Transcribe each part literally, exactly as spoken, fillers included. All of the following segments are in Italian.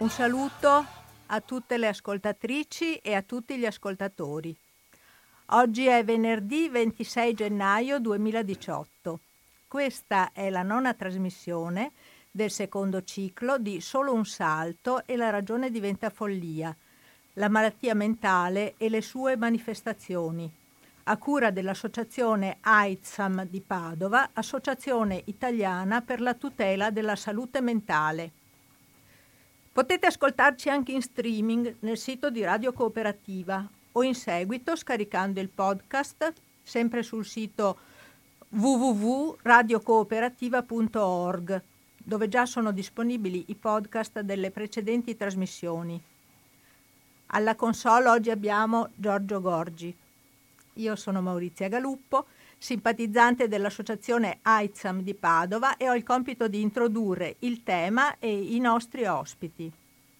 Un saluto a tutte le ascoltatrici e a tutti gli ascoltatori. Oggi è venerdì ventisei gennaio duemiladiciotto. Questa è la nona trasmissione del secondo ciclo di Solo un salto e la ragione diventa follia, la malattia mentale e le sue manifestazioni, a cura dell'associazione AIDSAM di Padova, Associazione Italiana per la tutela della salute mentale. Potete ascoltarci anche in streaming nel sito di Radio Cooperativa o in seguito scaricando il podcast sempre sul sito w w w punto radio cooperativa punto org, dove già sono disponibili i podcast delle precedenti trasmissioni. Alla console oggi abbiamo Giorgio Gorgi. Io sono Maurizia Galuppo, simpatizzante dell'associazione AIDSAM di Padova e ho il compito di introdurre il tema e i nostri ospiti.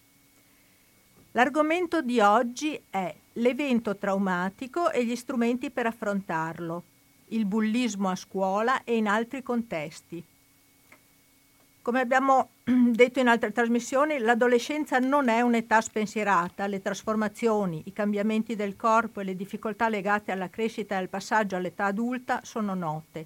L'argomento di oggi è l'evento traumatico e gli strumenti per affrontarlo, il bullismo a scuola e in altri contesti. Come abbiamo detto in altre trasmissioni, l'adolescenza non è un'età spensierata, le trasformazioni, i cambiamenti del corpo e le difficoltà legate alla crescita e al passaggio all'età adulta sono note.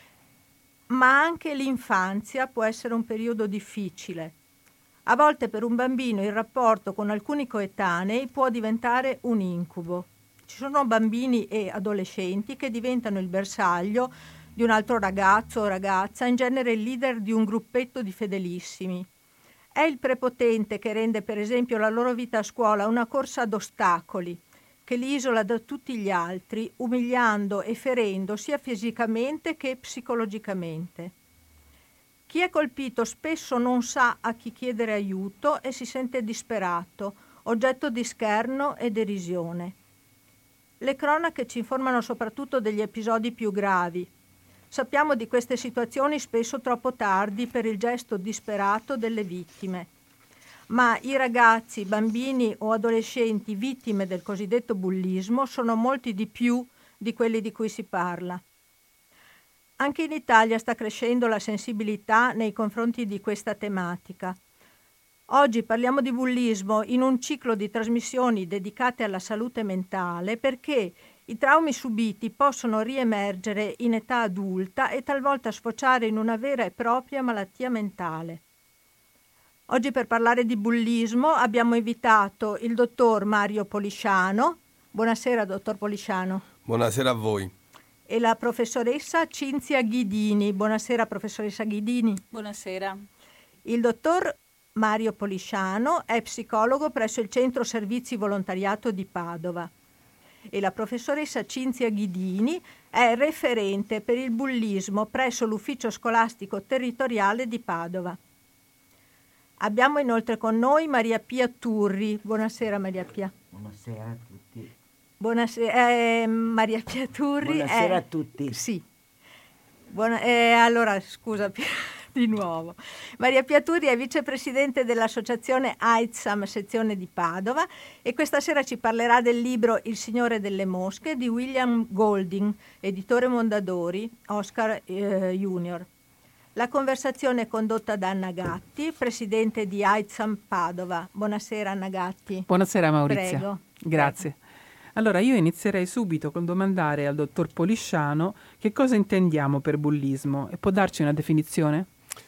Ma anche l'infanzia può essere un periodo difficile. A volte per un bambino il rapporto con alcuni coetanei può diventare un incubo. Ci sono bambini e adolescenti che diventano il bersaglio di un altro ragazzo o ragazza, in genere il leader di un gruppetto di fedelissimi. È il prepotente che rende per esempio la loro vita a scuola una corsa ad ostacoli, che li isola da tutti gli altri, umiliando e ferendo sia fisicamente che psicologicamente. Chi è colpito spesso non sa a chi chiedere aiuto e si sente disperato, oggetto di scherno e derisione. Le cronache ci informano soprattutto degli episodi più gravi. Sappiamo di queste situazioni spesso troppo tardi per il gesto disperato delle vittime. Ma i ragazzi, bambini o adolescenti vittime del cosiddetto bullismo sono molti di più di quelli di cui si parla. Anche in Italia sta crescendo la sensibilità nei confronti di questa tematica. Oggi parliamo di bullismo in un ciclo di trasmissioni dedicate alla salute mentale perché i traumi subiti possono riemergere in età adulta e talvolta sfociare in una vera e propria malattia mentale. Oggi per parlare di bullismo abbiamo invitato il dottor Mario Polisciano. Buonasera, dottor Polisciano. Buonasera a voi. E la professoressa Cinzia Ghidini. Buonasera, professoressa Ghidini. Buonasera. Il dottor Mario Polisciano è psicologo presso il Centro Servizi Volontariato di Padova. E la professoressa Cinzia Ghidini è referente per il bullismo presso l'Ufficio Scolastico Territoriale di Padova. Abbiamo inoltre con noi Maria Pia Turri. Buonasera Maria Pia. Buonasera a tutti. Buonasera eh, Maria Pia Turri. Buonasera è, a tutti. Sì. Buona, eh, allora scusa di nuovo. Maria Pia Turri è vicepresidente dell'associazione AIDSAM sezione di Padova e questa sera ci parlerà del libro Il Signore delle Mosche di William Golding, editore Mondadori, Oscar eh, Junior. La conversazione è condotta da Anna Gatti, presidente di AIDSAM Padova. Buonasera Anna Gatti. Buonasera Maurizia. Prego. Grazie. Prego. Allora io inizierei subito col domandare al dottor Polisciano che cosa intendiamo per bullismo e può darci una definizione?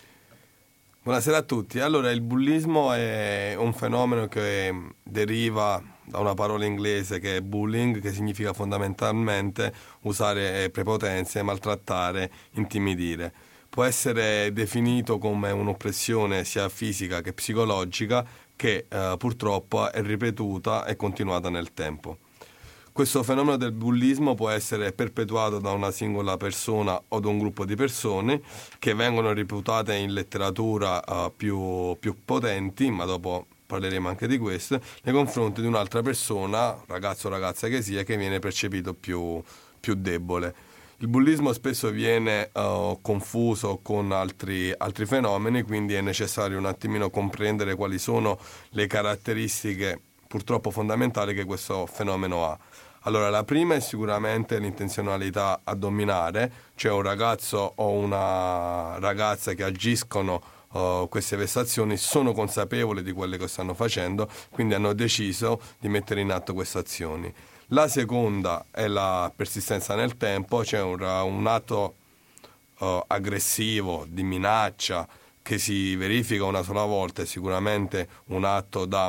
Buonasera a tutti. Allora, il bullismo è un fenomeno che deriva da una parola inglese che è bullying, che significa fondamentalmente usare prepotenze, maltrattare, intimidire. Può essere definito come un'oppressione sia fisica che psicologica che eh, purtroppo è ripetuta e continuata nel tempo. Questo fenomeno del bullismo può essere perpetuato da una singola persona o da un gruppo di persone che vengono reputate in letteratura uh, più, più potenti, ma dopo parleremo anche di questo, nei confronti di un'altra persona, ragazzo o ragazza che sia, che viene percepito più, più debole. Il bullismo spesso viene uh, confuso con altri, altri fenomeni, quindi è necessario un attimino comprendere quali sono le caratteristiche purtroppo fondamentali che questo fenomeno ha. Allora, la prima è sicuramente l'intenzionalità a dominare, cioè un ragazzo o una ragazza che agiscono uh, queste vessazioni sono consapevoli di quelle che stanno facendo, quindi hanno deciso di mettere in atto queste azioni. La seconda è la persistenza nel tempo, c'è un, un atto uh, aggressivo di minaccia che si verifica una sola volta, è sicuramente un atto da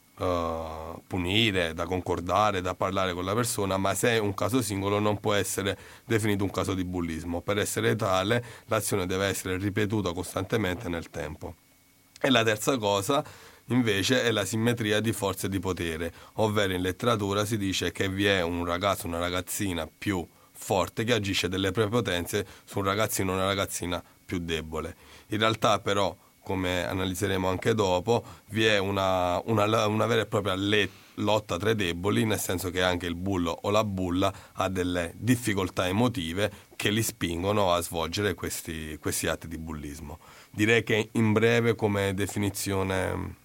uh, punire, da concordare, da parlare con la persona, ma se è un caso singolo non può essere definito un caso di bullismo. Per essere tale l'azione deve essere ripetuta costantemente nel tempo. E la terza cosa invece è la simmetria di forze di potere, ovvero in letteratura si dice che vi è un ragazzo o una ragazzina più forte che agisce delle prepotenze su un ragazzino o una ragazzina più debole. In realtà però, come analizzeremo anche dopo, vi è una, una, una vera e propria le, lotta tra i deboli, nel senso che anche il bullo o la bulla ha delle difficoltà emotive che li spingono a svolgere questi, questi atti di bullismo. Direi che in breve come definizione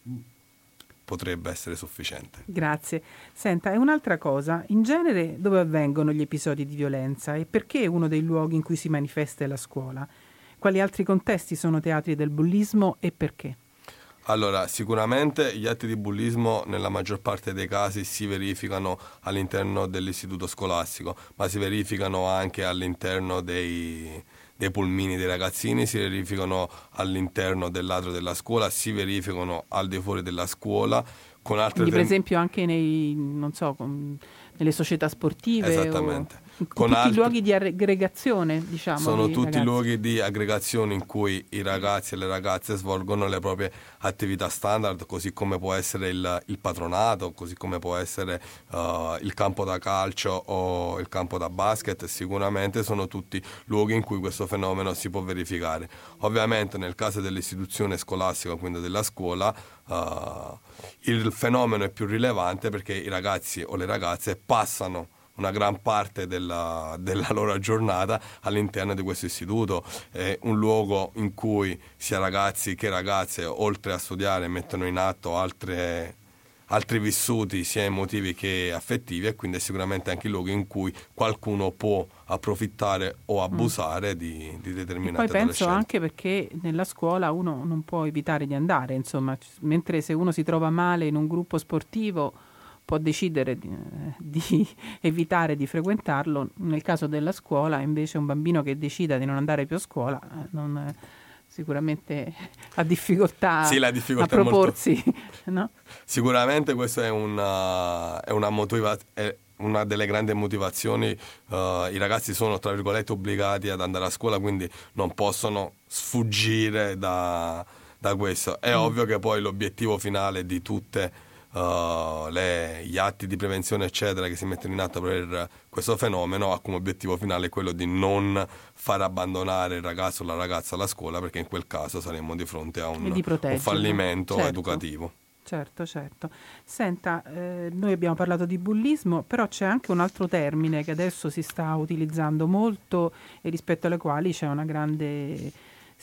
potrebbe essere sufficiente. Grazie. Senta, e un'altra cosa, in genere dove avvengono gli episodi di violenza e perché uno dei luoghi in cui si manifesta è la scuola? Quali altri contesti sono teatri del bullismo e perché? Allora, sicuramente gli atti di bullismo nella maggior parte dei casi si verificano all'interno dell'istituto scolastico, ma si verificano anche all'interno dei, dei pulmini dei ragazzini, si verificano all'interno dell'atrio della scuola, si verificano al di fuori della scuola. Con altre Quindi per tem- esempio anche nei, non so, con, nelle società sportive. Esattamente. O, in Con tutti altri, i luoghi di aggregazione, diciamo. sono di tutti ragazzi. luoghi di aggregazione in cui i ragazzi e le ragazze svolgono le proprie attività standard, così come può essere il, il patronato, così come può essere uh, il campo da calcio o il campo da basket. Sicuramente sono tutti luoghi in cui questo fenomeno si può verificare. Ovviamente nel caso dell'istituzione scolastica, quindi della scuola, uh, il fenomeno è più rilevante perché i ragazzi o le ragazze passano una gran parte della, della loro giornata all'interno di questo istituto. È un luogo in cui sia ragazzi che ragazze, oltre a studiare, mettono in atto altre, altri vissuti sia emotivi che affettivi, e quindi è sicuramente anche il luogo in cui qualcuno può approfittare o abusare mm. di, di determinate e poi penso adolescenti. anche perché nella scuola uno non può evitare di andare, insomma, mentre se uno si trova male in un gruppo sportivo può decidere di, di evitare di frequentarlo. Nel caso della scuola invece un bambino che decida di non andare più a scuola non, sicuramente ha difficoltà, sì, la difficoltà a proporsi, molto... no? Sicuramente questa è una, è una motivazione, una delle grandi motivazioni. Uh, i ragazzi sono tra virgolette obbligati ad andare a scuola, quindi non possono sfuggire da, da questo. È mm. ovvio che poi l'obiettivo finale di tutte Uh, le, gli atti di prevenzione eccetera che si mettono in atto per questo fenomeno ha come obiettivo finale quello di non far abbandonare il ragazzo o la ragazza alla scuola, perché in quel caso saremmo di fronte a un, un fallimento certo. educativo. Certo, certo. Senta, eh, noi abbiamo parlato di bullismo, però c'è anche un altro termine che adesso si sta utilizzando molto e rispetto alle quali c'è una grande...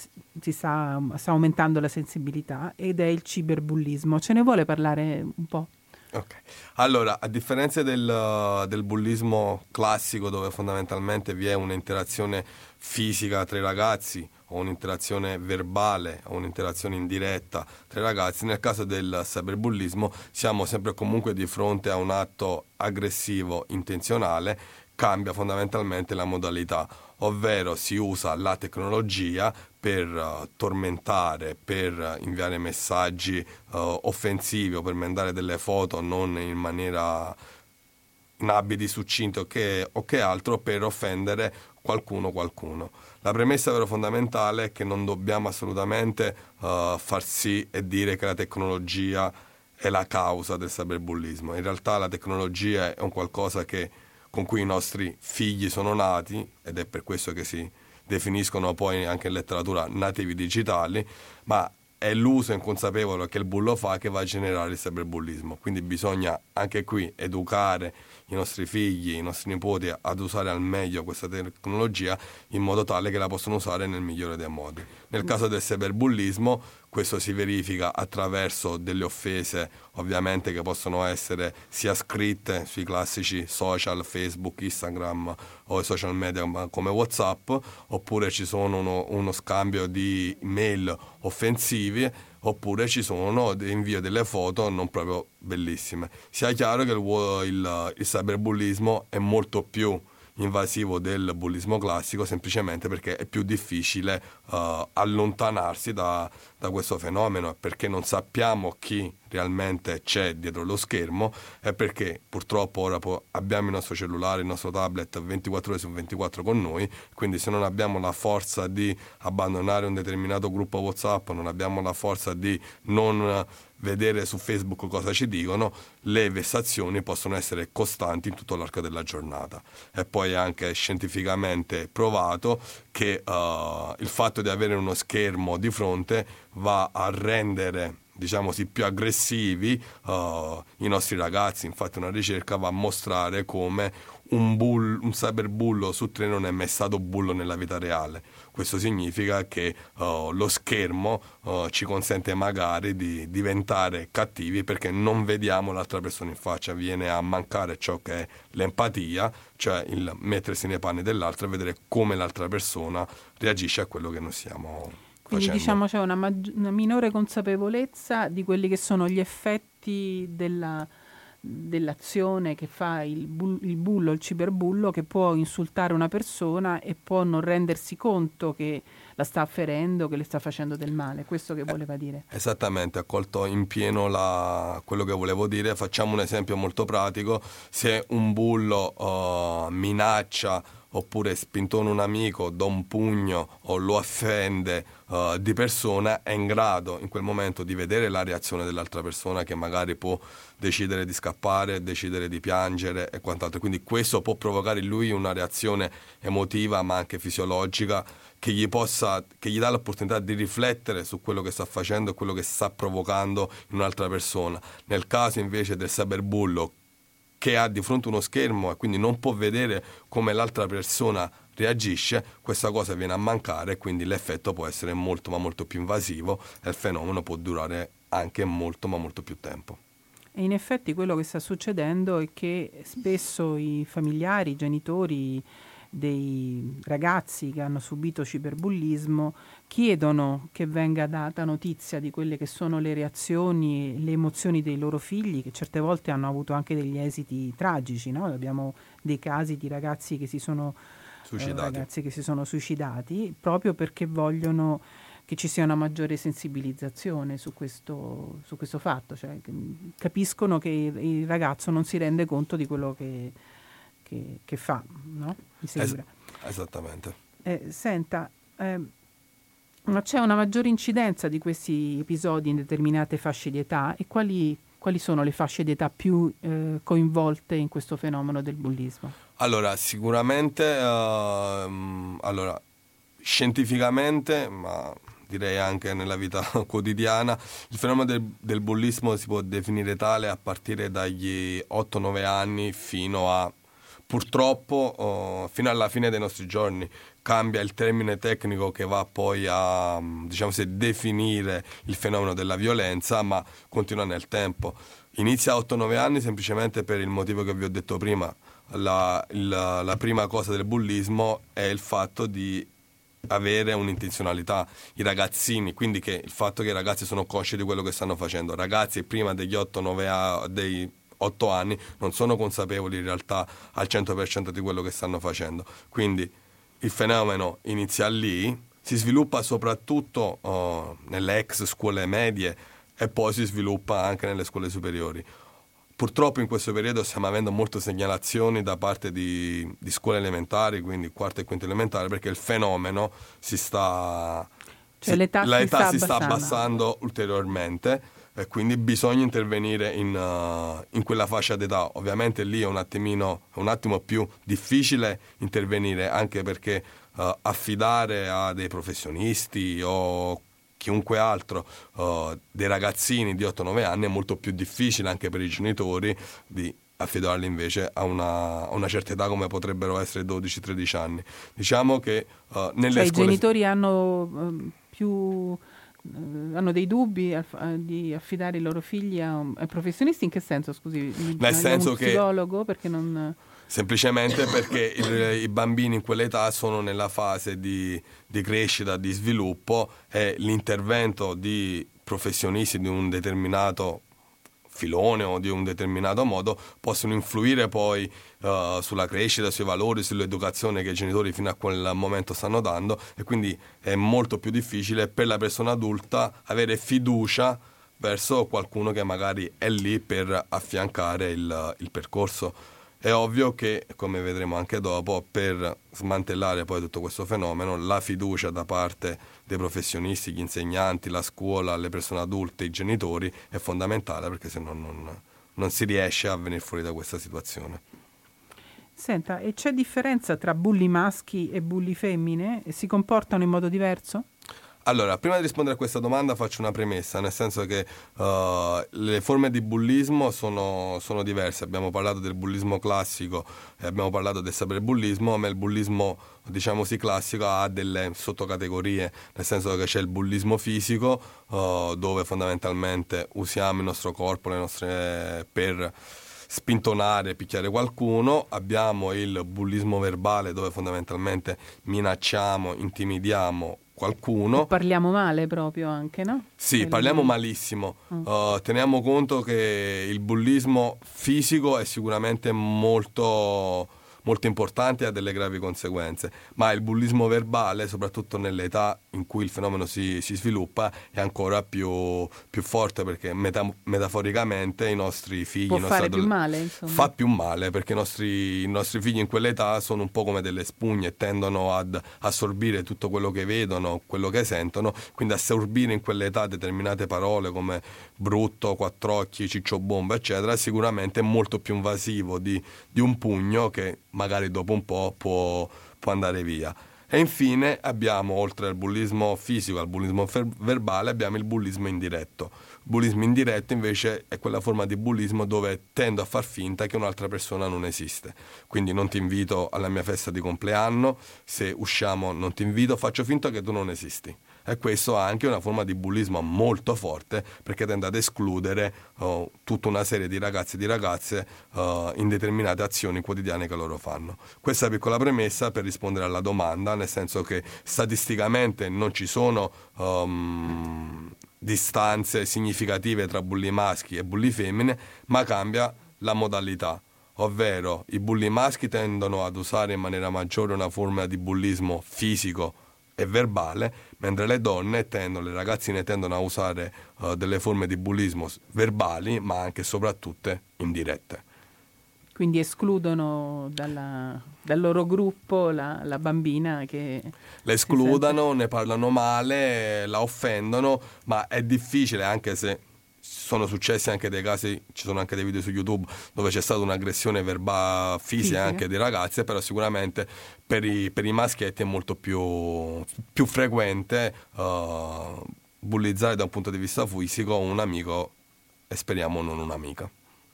si sta, sta aumentando la sensibilità, ed è il ciberbullismo. Ce ne vuole parlare un po'? Ok, allora, a differenza del, del bullismo classico, dove fondamentalmente vi è un'interazione fisica tra i ragazzi o un'interazione verbale o un'interazione indiretta tra i ragazzi, nel caso del cyberbullismo siamo sempre comunque di fronte a un atto aggressivo intenzionale. Cambia fondamentalmente la modalità, ovvero si usa la tecnologia per uh, tormentare, per uh, inviare messaggi uh, offensivi o per mandare delle foto non in maniera in abiti succinti o che, o che altro, per offendere qualcuno qualcuno. La premessa però fondamentale è che non dobbiamo assolutamente uh, far sì e dire che la tecnologia è la causa del cyberbullismo. In realtà la tecnologia è un qualcosa che con cui i nostri figli sono nati, ed è per questo che si definiscono poi anche in letteratura nativi digitali, ma è l'uso inconsapevole che il bullo fa che va a generare il cyberbullismo. Quindi bisogna anche qui educare i nostri figli, i nostri nipoti ad usare al meglio questa tecnologia in modo tale che la possano usare nel migliore dei modi. Nel caso del cyberbullismo, Questo si verifica attraverso delle offese, ovviamente, che possono essere sia scritte sui classici social, Facebook, Instagram o i social media come WhatsApp, oppure ci sono uno, uno scambio di mail offensivi, oppure ci sono invio delle foto non proprio bellissime. Sia chiaro che il, il, il cyberbullismo è molto più invasivo del bullismo classico, semplicemente perché è più difficile uh, allontanarsi da, da questo fenomeno, perché non sappiamo chi realmente c'è dietro lo schermo, e perché purtroppo ora po- abbiamo il nostro cellulare, il nostro tablet ventiquattro ore su ventiquattro con noi, quindi se non abbiamo la forza di abbandonare un determinato gruppo WhatsApp, non abbiamo la forza di non vedere su Facebook cosa ci dicono, le vessazioni possono essere costanti in tutto l'arco della giornata. E poi è anche scientificamente provato che uh, il fatto di avere uno schermo di fronte va a rendere, diciamo così, più aggressivi uh, i nostri ragazzi. Infatti una ricerca va a mostrare come un, bull, un cyberbullo su tre non è mai stato bullo nella vita reale. Questo significa che uh, lo schermo uh, ci consente magari di diventare cattivi perché non vediamo l'altra persona in faccia, viene a mancare ciò che è l'empatia, cioè il mettersi nei panni dell'altro e vedere come l'altra persona reagisce a quello che noi stiamo Quindi facendo. Diciamo c'è una, maggi- una minore consapevolezza di quelli che sono gli effetti della, dell'azione che fa il, bull- il bullo, il ciberbullo, che può insultare una persona e può non rendersi conto che la sta ferendo, che le sta facendo del male. Questo che voleva dire. Eh, esattamente, ha colto in pieno la, quello che volevo dire. Facciamo un esempio molto pratico: se un bullo uh, minaccia oppure spintona un amico, dà un pugno o lo offende uh, di persona, è in grado in quel momento di vedere la reazione dell'altra persona, che magari può decidere di scappare, decidere di piangere e quant'altro. Quindi questo può provocare in lui una reazione emotiva ma anche fisiologica che gli possa, che gli dà l'opportunità di riflettere su quello che sta facendo e quello che sta provocando in un'altra persona. Nel caso invece del cyberbullo, che ha di fronte uno schermo e quindi non può vedere come l'altra persona reagisce, questa cosa viene a mancare e quindi l'effetto può essere molto ma molto più invasivo e il fenomeno può durare anche molto ma molto più tempo. E in effetti quello che sta succedendo è che spesso i familiari, i genitori dei ragazzi che hanno subito ciberbullismo chiedono che venga data notizia di quelle che sono le reazioni, le emozioni dei loro figli, che certe volte hanno avuto anche degli esiti tragici, no? Abbiamo dei casi di ragazzi che si sono suicidati. Eh, ragazzi che si sono suicidati proprio perché vogliono che ci sia una maggiore sensibilizzazione su questo, su questo fatto, cioè capiscono che il, il ragazzo non si rende conto di quello che Che, che fa, no? Mi sembra. Es- esattamente. Eh, senta, eh, ma c'è una maggiore incidenza di questi episodi in determinate fasce di età, e quali, quali sono le fasce di età più eh, coinvolte in questo fenomeno del bullismo? Allora, sicuramente, uh, allora, scientificamente, ma direi anche nella vita quotidiana, il fenomeno del, del bullismo si può definire tale a partire dagli otto nove anni fino a purtroppo uh, fino alla fine dei nostri giorni. Cambia il termine tecnico che va poi a, diciamo, se definire il fenomeno della violenza, ma continua nel tempo. Inizia a otto nove anni semplicemente per il motivo che vi ho detto prima. La, la, la prima cosa del bullismo è il fatto di avere un'intenzionalità, i ragazzini, quindi che il fatto che i ragazzi sono consci di quello che stanno facendo. Ragazzi prima degli otto nove anni, dei otto anni, non sono consapevoli in realtà al cento per cento di quello che stanno facendo. Quindi il fenomeno inizia lì, si sviluppa soprattutto uh, nelle ex scuole medie e poi si sviluppa anche nelle scuole superiori. Purtroppo in questo periodo stiamo avendo molte segnalazioni da parte di, di scuole elementari, quindi quarto e quinto elementare, perché il fenomeno si sta, cioè si, l'età, la si, età sta si sta abbassando. abbassando ulteriormente. E quindi bisogna intervenire in, uh, in quella fascia d'età. Ovviamente lì è un attimino, un attimo più difficile intervenire, anche perché uh, affidare a dei professionisti o chiunque altro uh, dei ragazzini di otto nove anni è molto più difficile anche per i genitori di affidarli invece a una, a una certa età come potrebbero essere dodici tredici anni. Diciamo che uh, nelle cioè scuole... i genitori hanno um, più hanno dei dubbi a, a, di affidare i loro figli a, a professionisti? In che senso, scusi? Nel senso un che psicologo? Perché non... Semplicemente perché il, i bambini in quell'età sono nella fase di, di crescita, di sviluppo, e l'intervento di professionisti di un determinato filone o di un determinato modo possono influire poi uh, sulla crescita, sui valori, sull'educazione che i genitori fino a quel momento stanno dando, e quindi è molto più difficile per la persona adulta avere fiducia verso qualcuno che magari è lì per affiancare il, il percorso. È ovvio che, come vedremo anche dopo, per smantellare poi tutto questo fenomeno, la fiducia da parte dei professionisti, gli insegnanti, la scuola, le persone adulte, i genitori è fondamentale, perché se no non, non si riesce a venire fuori da questa situazione. Senta, e c'è differenza tra bulli maschi e bulli femmine? Si comportano in modo diverso? Allora, prima di rispondere a questa domanda faccio una premessa, nel senso che uh, le forme di bullismo sono, sono diverse. Abbiamo parlato del bullismo classico e abbiamo parlato del cyberbullismo, ma il bullismo, diciamo sì, classico ha delle sottocategorie, nel senso che c'è il bullismo fisico, uh, dove fondamentalmente usiamo il nostro corpo, le nostre per spintonare, picchiare qualcuno. Abbiamo il bullismo verbale, dove fondamentalmente minacciamo, intimidiamo qualcuno. O parliamo male proprio anche, no? Sì, Quello... parliamo malissimo. Mm. Uh, teniamo conto che il bullismo fisico è sicuramente molto, molto importante e ha delle gravi conseguenze, ma il bullismo verbale, soprattutto nell'età in cui il fenomeno si, si sviluppa, è ancora più, più forte, perché meta, metaforicamente i nostri figli... Può i nostri fare adole- più male, insomma. Fa più male, perché i nostri, i nostri figli in quell'età sono un po' come delle spugne, tendono ad assorbire tutto quello che vedono, quello che sentono, quindi assorbire in quell'età determinate parole come brutto, quattr'occhi, cicciobomba, eccetera, sicuramente è molto più invasivo di, di un pugno che magari dopo un po' può, può andare via. E infine abbiamo, oltre al bullismo fisico, al bullismo fer- verbale, abbiamo il bullismo indiretto. Il bullismo indiretto invece è quella forma di bullismo dove tendo a far finta che un'altra persona non esiste. Quindi non ti invito alla mia festa di compleanno, se usciamo non ti invito, faccio finta che tu non esisti. E questo ha anche una forma di bullismo molto forte, perché tende ad escludere uh, tutta una serie di ragazzi e di ragazze uh, in determinate azioni quotidiane che loro fanno. Questa piccola premessa per rispondere alla domanda, nel senso che statisticamente non ci sono um, distanze significative tra bulli maschi e bulli femmine, ma cambia la modalità. Ovvero i bulli maschi tendono ad usare in maniera maggiore una forma di bullismo fisico e verbale, mentre le donne tendono, le ragazzine tendono a usare uh, delle forme di bullismo verbali, ma anche e soprattutto indirette. Quindi escludono dalla, dal loro gruppo la, la bambina che... Le escludano, ne parlano male, la offendono, ma è difficile, anche se sono successi anche dei casi, ci sono anche dei video su YouTube dove c'è stata un'aggressione verbale fisica, fisica anche di ragazze, però sicuramente per i, per i maschietti è molto più, più frequente uh, bullizzare da un punto di vista fisico un amico e speriamo non un'amica.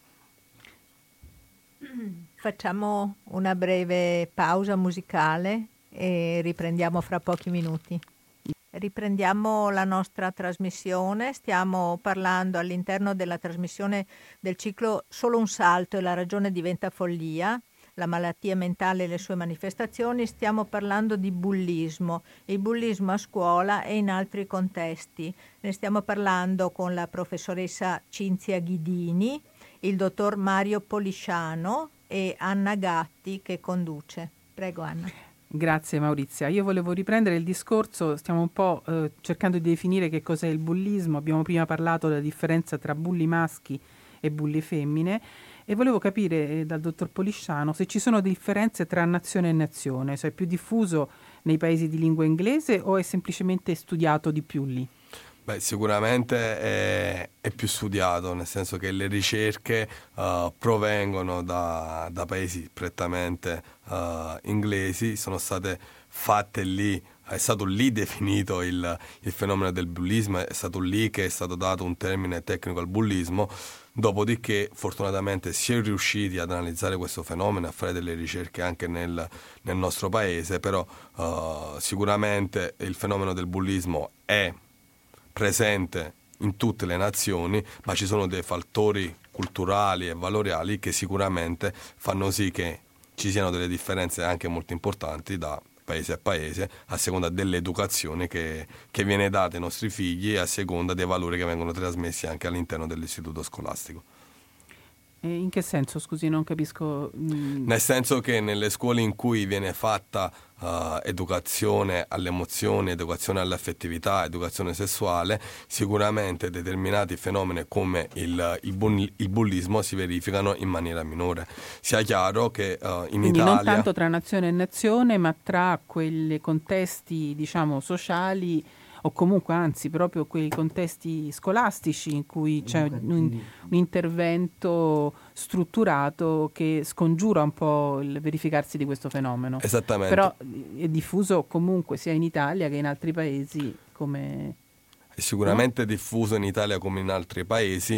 Facciamo una breve pausa musicale e riprendiamo fra pochi minuti. Riprendiamo la nostra trasmissione, stiamo parlando all'interno della trasmissione del ciclo Solo un salto e la ragione diventa follia, la malattia mentale e le sue manifestazioni, stiamo parlando di bullismo, il bullismo a scuola e in altri contesti. Ne stiamo parlando con la professoressa Cinzia Ghidini, il dottor Mario Polisciano e Anna Gatti che conduce. Prego Anna. Grazie Maurizia. Io volevo riprendere il discorso, stiamo un po' eh, cercando di definire che cos'è il bullismo. Abbiamo prima parlato della differenza tra bulli maschi e bulli femmine e volevo capire eh, dal dottor Polisciano se ci sono differenze tra nazione e nazione, se è più diffuso nei paesi di lingua inglese o è semplicemente studiato di più lì? Beh, sicuramente è, è più studiato, nel senso che le ricerche uh, provengono da, da paesi prettamente uh, inglesi, sono state fatte lì, è stato lì definito il, il fenomeno del bullismo, è stato lì che è stato dato un termine tecnico al bullismo, dopodiché fortunatamente si è riusciti ad analizzare questo fenomeno, a fare delle ricerche anche nel, nel nostro paese, però uh, sicuramente il fenomeno del bullismo è presente in tutte le nazioni, ma ci sono dei fattori culturali e valoriali che sicuramente fanno sì che ci siano delle differenze anche molto importanti da paese a paese, a seconda dell'educazione che, che viene data ai nostri figli e a seconda dei valori che vengono trasmessi anche all'interno dell'istituto scolastico. E in che senso, scusi, non capisco? Mm. Nel senso che nelle scuole in cui viene fatta uh, educazione alle emozioni, educazione all'affettività, educazione sessuale, sicuramente determinati fenomeni come il, il, bu- il bullismo si verificano in maniera minore. Sia chiaro che uh, in Quindi Italia... non tanto tra nazione e nazione, ma tra quei contesti, diciamo, sociali, o comunque anzi proprio quei contesti scolastici in cui c'è un, un intervento strutturato che scongiura un po' il verificarsi di questo fenomeno. Esattamente. Però è diffuso comunque sia in Italia che in altri paesi come... È sicuramente no? diffuso in Italia come in altri paesi,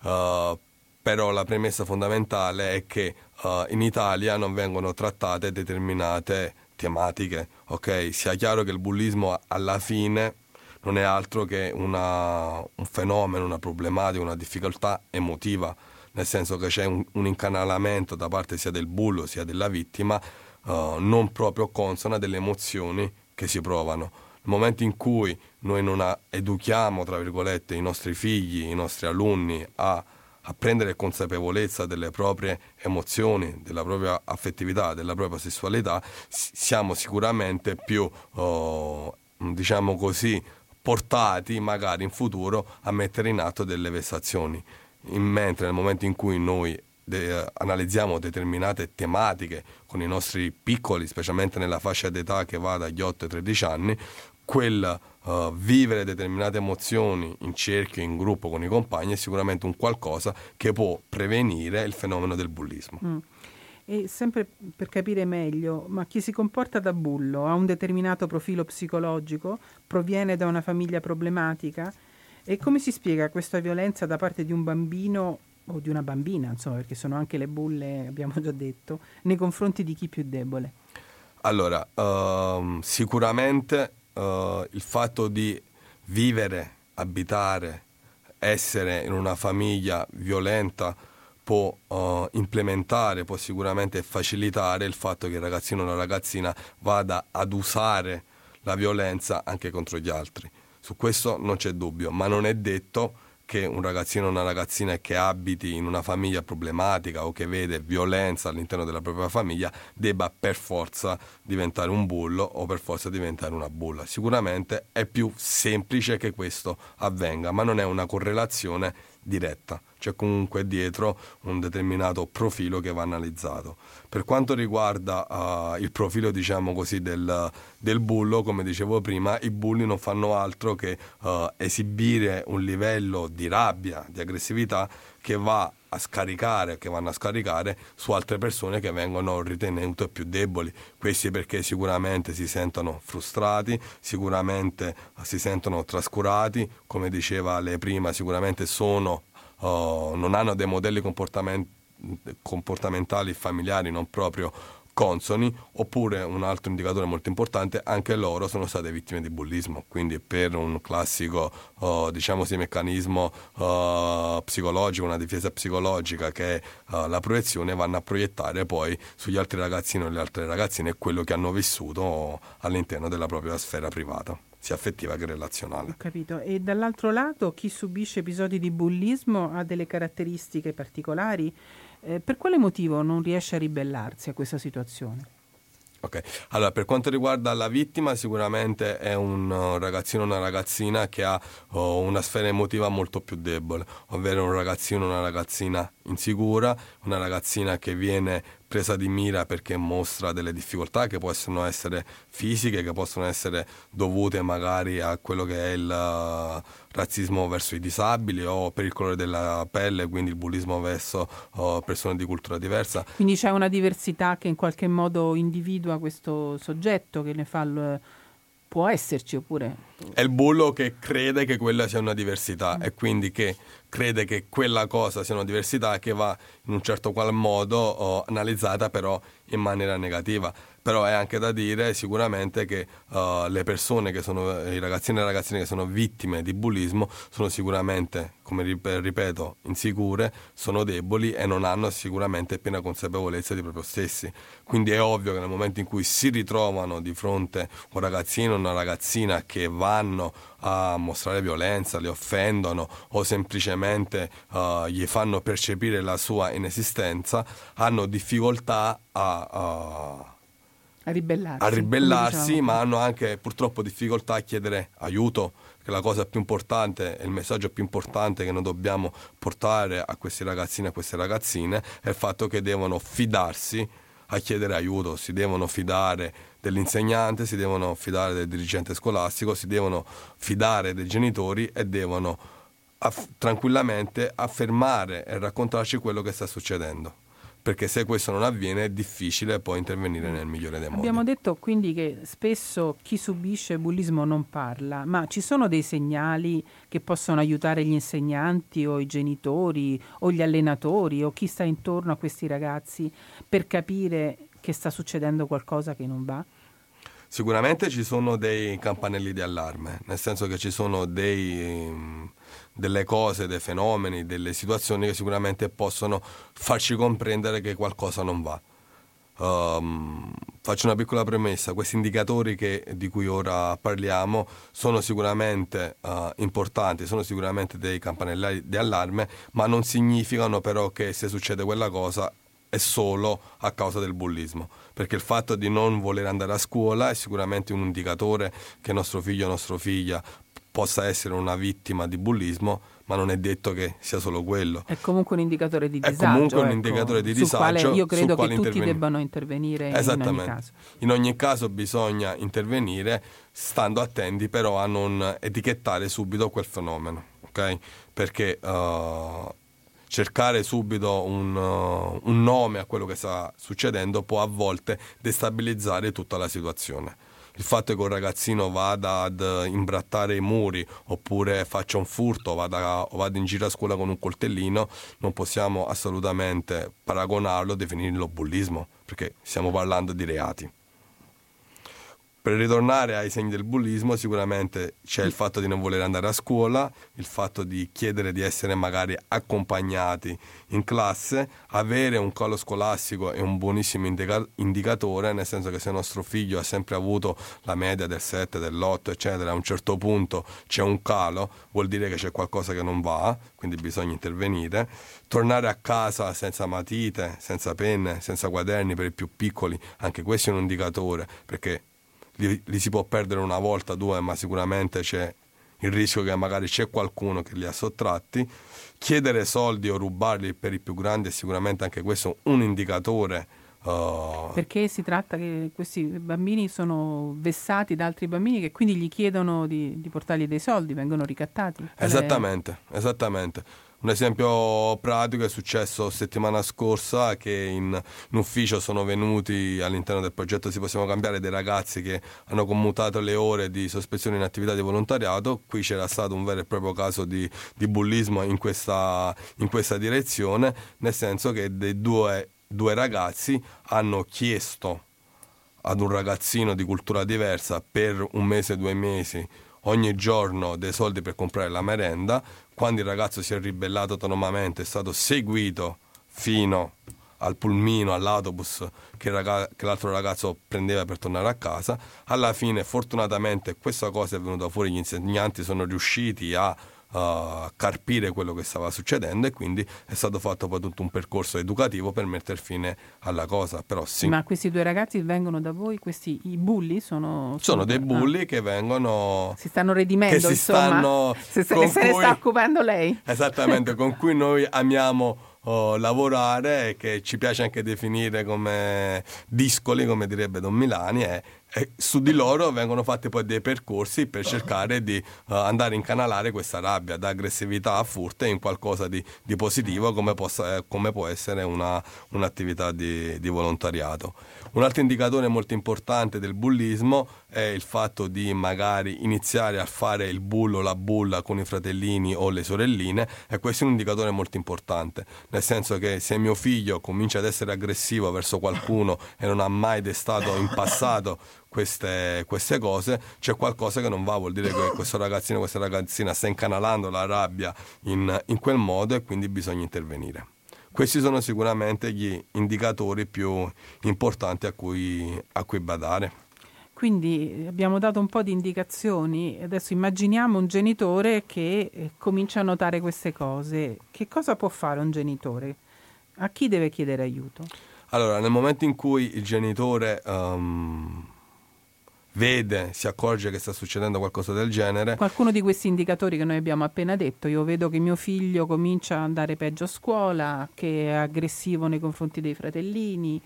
uh, però la premessa fondamentale è che uh, in Italia non vengono trattate determinate tematiche, ok? Sia chiaro che il bullismo alla fine non è altro che una, un fenomeno, una problematica, una difficoltà emotiva, nel senso che c'è un, un incanalamento da parte sia del bullo sia della vittima uh, non proprio consona delle emozioni che si provano. Nel momento in cui noi non a, educhiamo, tra virgolette, i nostri figli, i nostri alunni a, a prendere consapevolezza delle proprie emozioni, della propria affettività, della propria sessualità, siamo sicuramente più, uh, diciamo così, portati magari in futuro a mettere in atto delle vessazioni, in mentre nel momento in cui noi de- analizziamo determinate tematiche con i nostri piccoli, specialmente nella fascia d'età che va dagli otto ai tredici anni, quel uh, vivere determinate emozioni in cerchio, in gruppo con i compagni è sicuramente un qualcosa che può prevenire il fenomeno del bullismo. Mm. E sempre per capire meglio, ma chi si comporta da bullo ha un determinato profilo psicologico, proviene da una famiglia problematica? E come si spiega questa violenza da parte di un bambino o di una bambina, insomma, perché sono anche le bulle, abbiamo già detto, nei confronti di chi più debole? Allora, uh, sicuramente uh, il fatto di vivere, abitare, essere in una famiglia violenta può uh, implementare, può sicuramente facilitare il fatto che il ragazzino o la ragazzina vada ad usare la violenza anche contro gli altri. Su questo non c'è dubbio, ma non è detto che un ragazzino o una ragazzina che abiti in una famiglia problematica o che vede violenza all'interno della propria famiglia debba per forza diventare un bullo o per forza diventare una bulla. Sicuramente è più semplice che questo avvenga, ma non è una correlazione diretta. C'è comunque dietro un determinato profilo che va analizzato. Per quanto riguarda uh, il profilo, diciamo così, del, del bullo, come dicevo prima, i bulli non fanno altro che uh, esibire un livello di rabbia, di aggressività che va a scaricare, che vanno a scaricare su altre persone che vengono ritenute più deboli. Questi perché sicuramente si sentono frustrati, sicuramente si sentono trascurati, come diceva lei prima, sicuramente sono Uh, non hanno dei modelli comportament- comportamentali familiari non proprio consoni, oppure un altro indicatore molto importante, anche loro sono state vittime di bullismo, quindi per un classico uh, diciamo sì, meccanismo uh, psicologico, una difesa psicologica che è uh, la proiezione, vanno a proiettare poi sugli altri ragazzini e le altre ragazzine quello che hanno vissuto all'interno della propria sfera privata, sia affettiva che relazionale. Ho capito. E dall'altro lato chi subisce episodi di bullismo ha delle caratteristiche particolari? Eh, per quale motivo non riesce a ribellarsi a questa situazione? Ok, allora per quanto riguarda la vittima sicuramente è un uh, ragazzino o una ragazzina che ha uh, una sfera emotiva molto più debole, ovvero un ragazzino o una ragazzina insicura, una ragazzina che viene presa di mira perché mostra delle difficoltà che possono essere fisiche, che possono essere dovute magari a quello che è il uh, razzismo verso i disabili o per il colore della pelle, quindi il bullismo verso uh, persone di cultura diversa. Quindi c'è una diversità che in qualche modo individua questo soggetto, che ne fa il, può esserci oppure... È il bullo che crede che quella sia una diversità mm. e quindi che crede che quella cosa sia una diversità che va in un certo qual modo oh, analizzata però in maniera negativa. Però è anche da dire sicuramente che uh, le persone che sono, i ragazzini e le ragazzine che sono vittime di bullismo sono sicuramente, come ripeto, insicure, sono deboli e non hanno sicuramente piena consapevolezza di proprio stessi. Quindi è ovvio che nel momento in cui si ritrovano di fronte un ragazzino o una ragazzina che vanno a mostrare violenza, li offendono o semplicemente uh, gli fanno percepire la sua inesistenza, hanno difficoltà a... a A ribellarsi, a ribellarsi ma hanno anche purtroppo difficoltà a chiedere aiuto, che la cosa più importante e il messaggio più importante che noi dobbiamo portare a questi ragazzini e a queste ragazzine è il fatto che devono fidarsi a chiedere aiuto, si devono fidare dell'insegnante, si devono fidare del dirigente scolastico, si devono fidare dei genitori e devono aff- tranquillamente affermare e raccontarci quello che sta succedendo. Perché se questo non avviene è difficile poi intervenire nel migliore dei modi. Abbiamo detto quindi che spesso chi subisce bullismo non parla, ma ci sono dei segnali che possono aiutare gli insegnanti o i genitori o gli allenatori o chi sta intorno a questi ragazzi per capire che sta succedendo qualcosa che non va? Sicuramente ci sono dei campanelli di allarme, nel senso che ci sono dei... delle cose, dei fenomeni, delle situazioni che sicuramente possono farci comprendere che qualcosa non va. Um, faccio una piccola premessa: questi indicatori che, di cui ora parliamo sono sicuramente uh, importanti, sono sicuramente dei campanelli di allarme, ma non significano però che se succede quella cosa è solo a causa del bullismo, perché il fatto di non voler andare a scuola è sicuramente un indicatore che nostro figlio o nostra figlia possa essere una vittima di bullismo, ma non è detto che sia solo quello. È comunque un indicatore di disagio. È comunque un ecco, indicatore di sul disagio. Quale io credo che tutti intervenire. debbano intervenire in ogni caso. In ogni caso bisogna intervenire stando attenti però a non etichettare subito quel fenomeno, ok? Perché uh, cercare subito un, uh, un nome a quello che sta succedendo può a volte destabilizzare tutta la situazione. Il fatto che un ragazzino vada ad imbrattare i muri oppure faccia un furto vada, o vada in giro a scuola con un coltellino non possiamo assolutamente paragonarlo, definirlo bullismo, perché stiamo parlando di reati. Per ritornare ai segni del bullismo, sicuramente c'è il fatto di non voler andare a scuola, il fatto di chiedere di essere magari accompagnati in classe, avere un calo scolastico è un buonissimo indica- indicatore, nel senso che se nostro figlio ha sempre avuto la media del sette, dell'otto, eccetera, a un certo punto c'è un calo, vuol dire che c'è qualcosa che non va, quindi bisogna intervenire. Tornare a casa senza matite, senza penne, senza quaderni per i più piccoli, anche questo è un indicatore, perché Li, li si può perdere una volta, due, ma sicuramente c'è il rischio che magari c'è qualcuno che li ha sottratti. Chiedere soldi o rubarli per i più grandi è sicuramente anche questo un indicatore. Uh... Perché si tratta che questi bambini sono vessati da altri bambini che quindi gli chiedono di, di portargli dei soldi, vengono ricattati. Esattamente, è... esattamente. Un esempio pratico è successo settimana scorsa che in, in ufficio sono venuti all'interno del progetto Si Possiamo Cambiare dei ragazzi che hanno commutato le ore di sospensione in attività di volontariato. Qui c'era stato un vero e proprio caso di, di bullismo in questa, in questa direzione, nel senso che dei due, due ragazzi hanno chiesto ad un ragazzino di cultura diversa per un mese, due mesi, ogni giorno dei soldi per comprare la merenda. Quando il ragazzo si è ribellato autonomamente, è stato seguito fino al pulmino, all'autobus che, raga- che l'altro ragazzo prendeva per tornare a casa. Alla fine, fortunatamente, questa cosa è venuta fuori, gli insegnanti sono riusciti a uh, carpire quello che stava succedendo e quindi è stato fatto poi tutto un percorso educativo per mettere fine alla cosa. Però sì. Ma questi due ragazzi vengono da voi? Questi i bulli sono? Sono, sono dei bulli ah. che vengono... Si stanno redimendo, che si insomma. Stanno, se se, se ne sta occupando lei. Esattamente, con cui noi amiamo oh, lavorare e che ci piace anche definire come discoli, come direbbe Don Milani, e e su di loro vengono fatti poi dei percorsi per cercare di uh, andare a incanalare questa rabbia da aggressività a furto in qualcosa di, di positivo, come, possa, eh, come può essere una, un'attività di, di volontariato. Un altro indicatore molto importante del bullismo è il fatto di magari iniziare a fare il bullo o la bulla con i fratellini o le sorelline, e questo è un indicatore molto importante, nel senso che se mio figlio comincia ad essere aggressivo verso qualcuno e non ha mai destato in passato queste, queste cose, c'è qualcosa che non va, vuol dire che questo ragazzino, questa ragazzina sta incanalando la rabbia in, in quel modo, e quindi bisogna intervenire. Questi sono sicuramente gli indicatori più importanti a cui, a cui badare. Quindi abbiamo dato un po' di indicazioni, adesso immaginiamo un genitore che eh, comincia a notare queste cose. Che cosa può fare un genitore? A chi deve chiedere aiuto? Allora, nel momento in cui il genitore um, vede, si accorge che sta succedendo qualcosa del genere... Qualcuno di questi indicatori che noi abbiamo appena detto: io vedo che mio figlio comincia ad andare peggio a scuola, che è aggressivo nei confronti dei fratellini...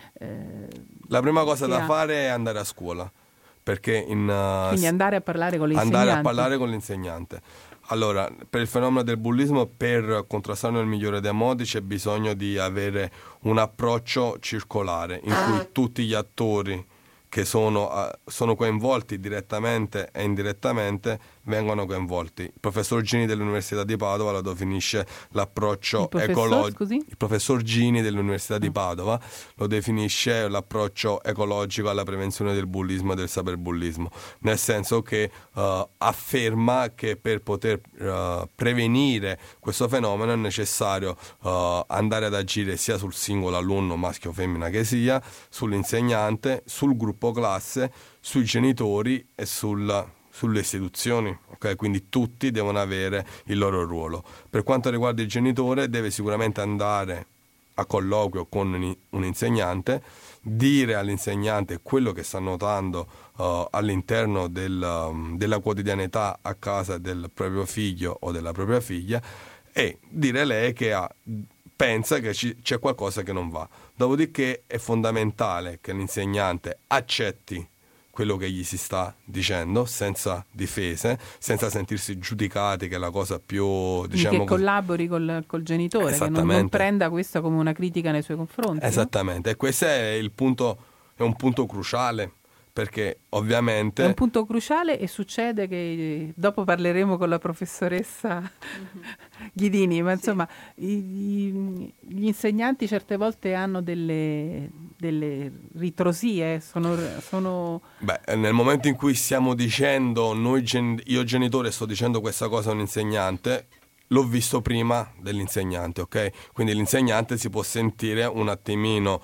La prima cosa da ha... fare è andare a scuola, perché in, uh, quindi andare a parlare con l'insegnante. Andare a parlare con l'insegnante. Allora, per il fenomeno del bullismo, per contrastarlo nel migliore dei modi, c'è bisogno di avere un approccio circolare in cui tutti gli attori che sono, uh, sono coinvolti direttamente e indirettamente vengono coinvolti. Il professor Gini dell'Università di Padova lo definisce l'approccio ecologico. Il professor Gini dell'Università di Padova lo definisce l'approccio ecologico alla prevenzione del bullismo e del cyberbullismo, nel senso che uh, afferma che per poter uh, prevenire questo fenomeno è necessario uh, andare ad agire sia sul singolo alunno, maschio o femmina che sia, sull'insegnante, sul gruppo classe, sui genitori e sul sulle istituzioni, ok? Quindi tutti devono avere il loro ruolo. Per quanto riguarda il genitore, deve sicuramente andare a colloquio con un insegnante, dire all'insegnante quello che sta notando uh, all'interno del, um, della quotidianità a casa del proprio figlio o della propria figlia, e dire lei che ha, pensa che ci, c'è qualcosa che non va. Dopodiché è fondamentale che l'insegnante accetti quello che gli si sta dicendo, senza difese, senza sentirsi giudicati, che è la cosa più, diciamo, che collabori col, col genitore, che non, non prenda questo come una critica nei suoi confronti. Esattamente, no? E questo è il punto, è un punto cruciale, perché ovviamente... È un punto cruciale, e succede che, dopo parleremo con la professoressa mm-hmm. Ghidini, ma insomma sì. i, i, gli insegnanti certe volte hanno delle, delle ritrosie, sono, sono... Beh, nel momento in cui stiamo dicendo, noi gen- io genitore sto dicendo questa cosa a un insegnante, l'ho visto prima dell'insegnante, ok? Quindi l'insegnante si può sentire un attimino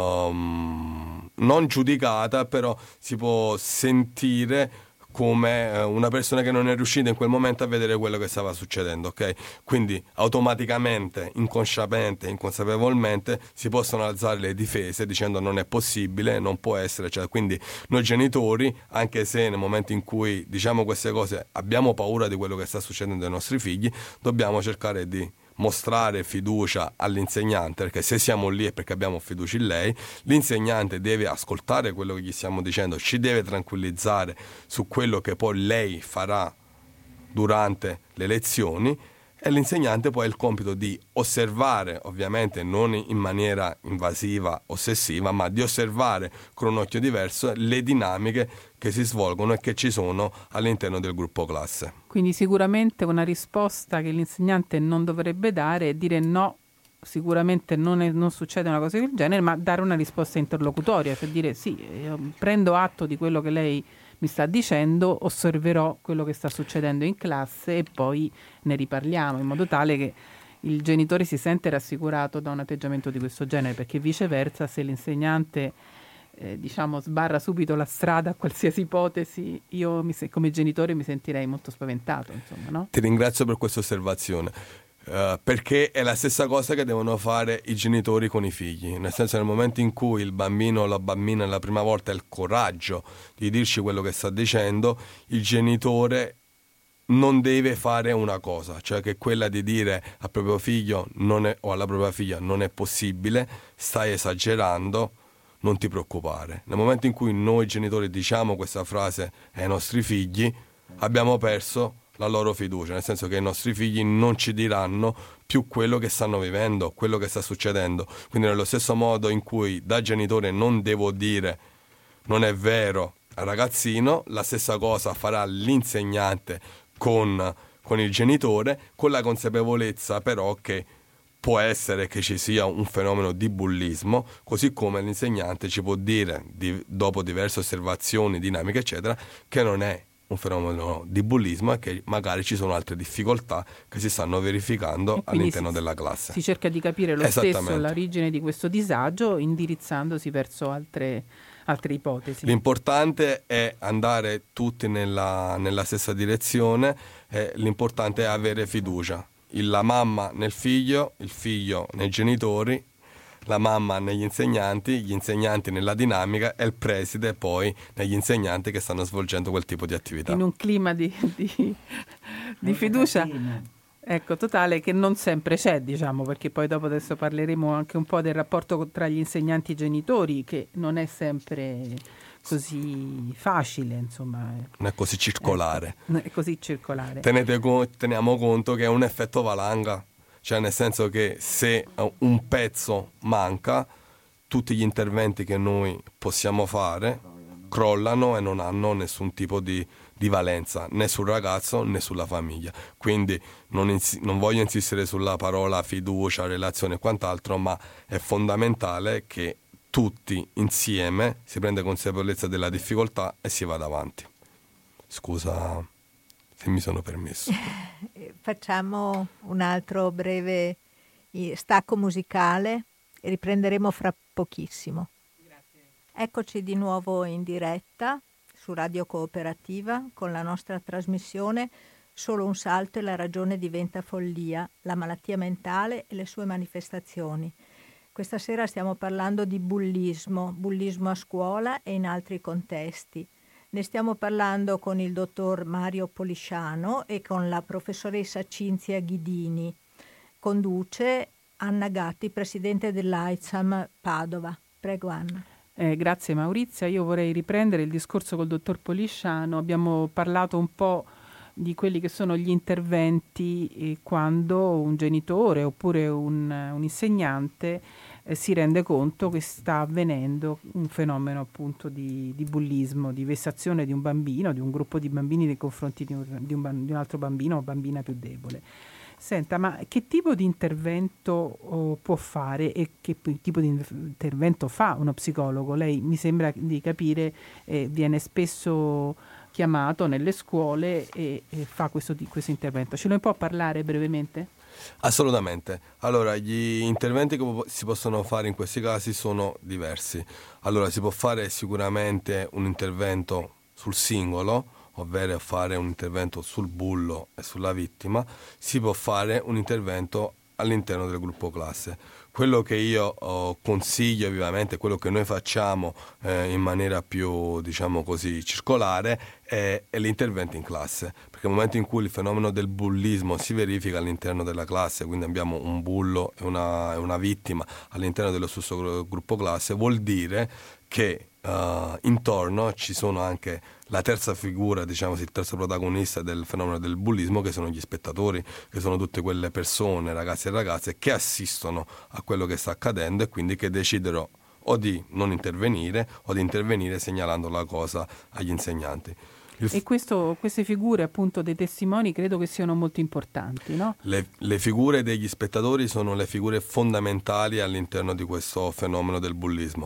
um, non giudicata, però si può sentire come una persona che non è riuscita in quel momento a vedere quello che stava succedendo, ok? Quindi automaticamente, inconsciamente, inconsapevolmente si possono alzare le difese dicendo non è possibile, non può essere, cioè, quindi noi genitori, anche se nel momento in cui diciamo queste cose abbiamo paura di quello che sta succedendo ai nostri figli, dobbiamo cercare di mostrare fiducia all'insegnante, perché se siamo lì è perché abbiamo fiducia in lei. L'insegnante deve ascoltare quello che gli stiamo dicendo, ci deve tranquillizzare su quello che poi lei farà durante le lezioni, e l'insegnante poi ha il compito di osservare, ovviamente non in maniera invasiva, ossessiva, ma di osservare con un occhio diverso le dinamiche che si svolgono e che ci sono all'interno del gruppo classe. Quindi sicuramente una risposta che l'insegnante non dovrebbe dare è dire no, sicuramente non, è, non succede una cosa del genere, ma dare una risposta interlocutoria, cioè dire sì, io prendo atto di quello che lei mi sta dicendo, osserverò quello che sta succedendo in classe e poi ne riparliamo, in modo tale che il genitore si sente rassicurato da un atteggiamento di questo genere, perché viceversa, se l'insegnante eh, diciamo sbarra subito la strada a qualsiasi ipotesi, io mi, come genitore mi sentirei molto spaventato, insomma, no? Ti ringrazio per questa osservazione. Uh, perché è la stessa cosa che devono fare i genitori con i figli, nel senso, nel momento in cui il bambino o la bambina la prima volta ha il coraggio di dirci quello che sta dicendo, il genitore non deve fare una cosa, cioè che quella di dire al proprio figlio non è, o alla propria figlia non è possibile, stai esagerando, non ti preoccupare. Nel momento in cui noi genitori diciamo questa frase ai nostri figli, abbiamo perso la loro fiducia, nel senso che i nostri figli non ci diranno più quello che stanno vivendo, quello che sta succedendo. Quindi nello stesso modo in cui da genitore non devo dire non è vero al ragazzino, la stessa cosa farà l'insegnante con, con il genitore, con la consapevolezza però che può essere che ci sia un fenomeno di bullismo, così come l'insegnante ci può dire, di, dopo diverse osservazioni, dinamiche eccetera, che non è un fenomeno di bullismo e che magari ci sono altre difficoltà che si stanno verificando all'interno si, della classe. Si cerca di capire lo stesso l'origine di questo disagio indirizzandosi verso altre, altre ipotesi. L'importante è andare tutti nella, nella stessa direzione, eh, l'importante è avere fiducia. La mamma nel figlio, il figlio nei genitori, la mamma negli insegnanti, gli insegnanti nella dinamica e il preside poi negli insegnanti che stanno svolgendo quel tipo di attività. In un clima di, di, di fiducia, ecco, totale, che non sempre c'è, diciamo, perché poi dopo adesso parleremo anche un po' del rapporto tra gli insegnanti e i genitori, che non è sempre così facile, insomma. Non è così circolare. Ecco, non è così circolare. Tenete, teniamo conto che è un effetto valanga. Cioè nel senso che se un pezzo manca, tutti gli interventi che noi possiamo fare crollano e non hanno nessun tipo di, di valenza né sul ragazzo né sulla famiglia. Quindi non, ins- non voglio insistere sulla parola fiducia, relazione e quant'altro, ma è fondamentale che tutti insieme si prenda consapevolezza della difficoltà e si vada avanti. Scusa se mi sono permesso. Facciamo un altro breve stacco musicale e riprenderemo fra pochissimo. Grazie. Eccoci di nuovo in diretta su Radio Cooperativa con la nostra trasmissione Solo un salto e la ragione diventa follia, la malattia mentale e le sue manifestazioni. Questa sera stiamo parlando di bullismo, bullismo a scuola e in altri contesti. Ne stiamo parlando con il dottor Mario Polisciano e con la professoressa Cinzia Ghidini. Conduce Anna Gatti, presidente dell'A I Z A M Padova. Prego Anna. Eh, grazie Maurizia. Io vorrei riprendere il discorso col dottor Polisciano. Abbiamo parlato un po' di quelli che sono gli interventi eh, quando un genitore oppure un, un insegnante eh, si rende conto che sta avvenendo un fenomeno appunto di, di bullismo, di vessazione di un bambino, di un gruppo di bambini nei confronti di un, di un, di un altro bambino o bambina più debole. Senta, ma che tipo di intervento oh, può fare e che tipo di intervento fa uno psicologo? Lei mi sembra di capire eh, viene spesso chiamato nelle scuole e, e fa questo, questo intervento. Ce ne può parlare brevemente? Assolutamente. Allora, gli interventi che si possono fare in questi casi sono diversi. Allora, si può fare sicuramente un intervento sul singolo, ovvero fare un intervento sul bullo e sulla vittima. Si può fare un intervento all'interno del gruppo classe. Quello che io oh, consiglio vivamente, quello che noi facciamo eh, in maniera più, diciamo così, circolare, è, è l'intervento in classe, perché nel momento in cui il fenomeno del bullismo si verifica all'interno della classe, quindi abbiamo un bullo e una, e una vittima all'interno dello stesso gruppo classe, vuol dire che uh, intorno ci sono anche la terza figura, diciamo il terzo protagonista del fenomeno del bullismo, che sono gli spettatori, che sono tutte quelle persone, ragazzi e ragazze, che assistono a quello che sta accadendo e quindi che decidono o di non intervenire o di intervenire segnalando la cosa agli insegnanti. F- e questo, queste figure appunto dei testimoni credo che siano molto importanti, no? Le, le figure degli spettatori sono le figure fondamentali all'interno di questo fenomeno del bullismo.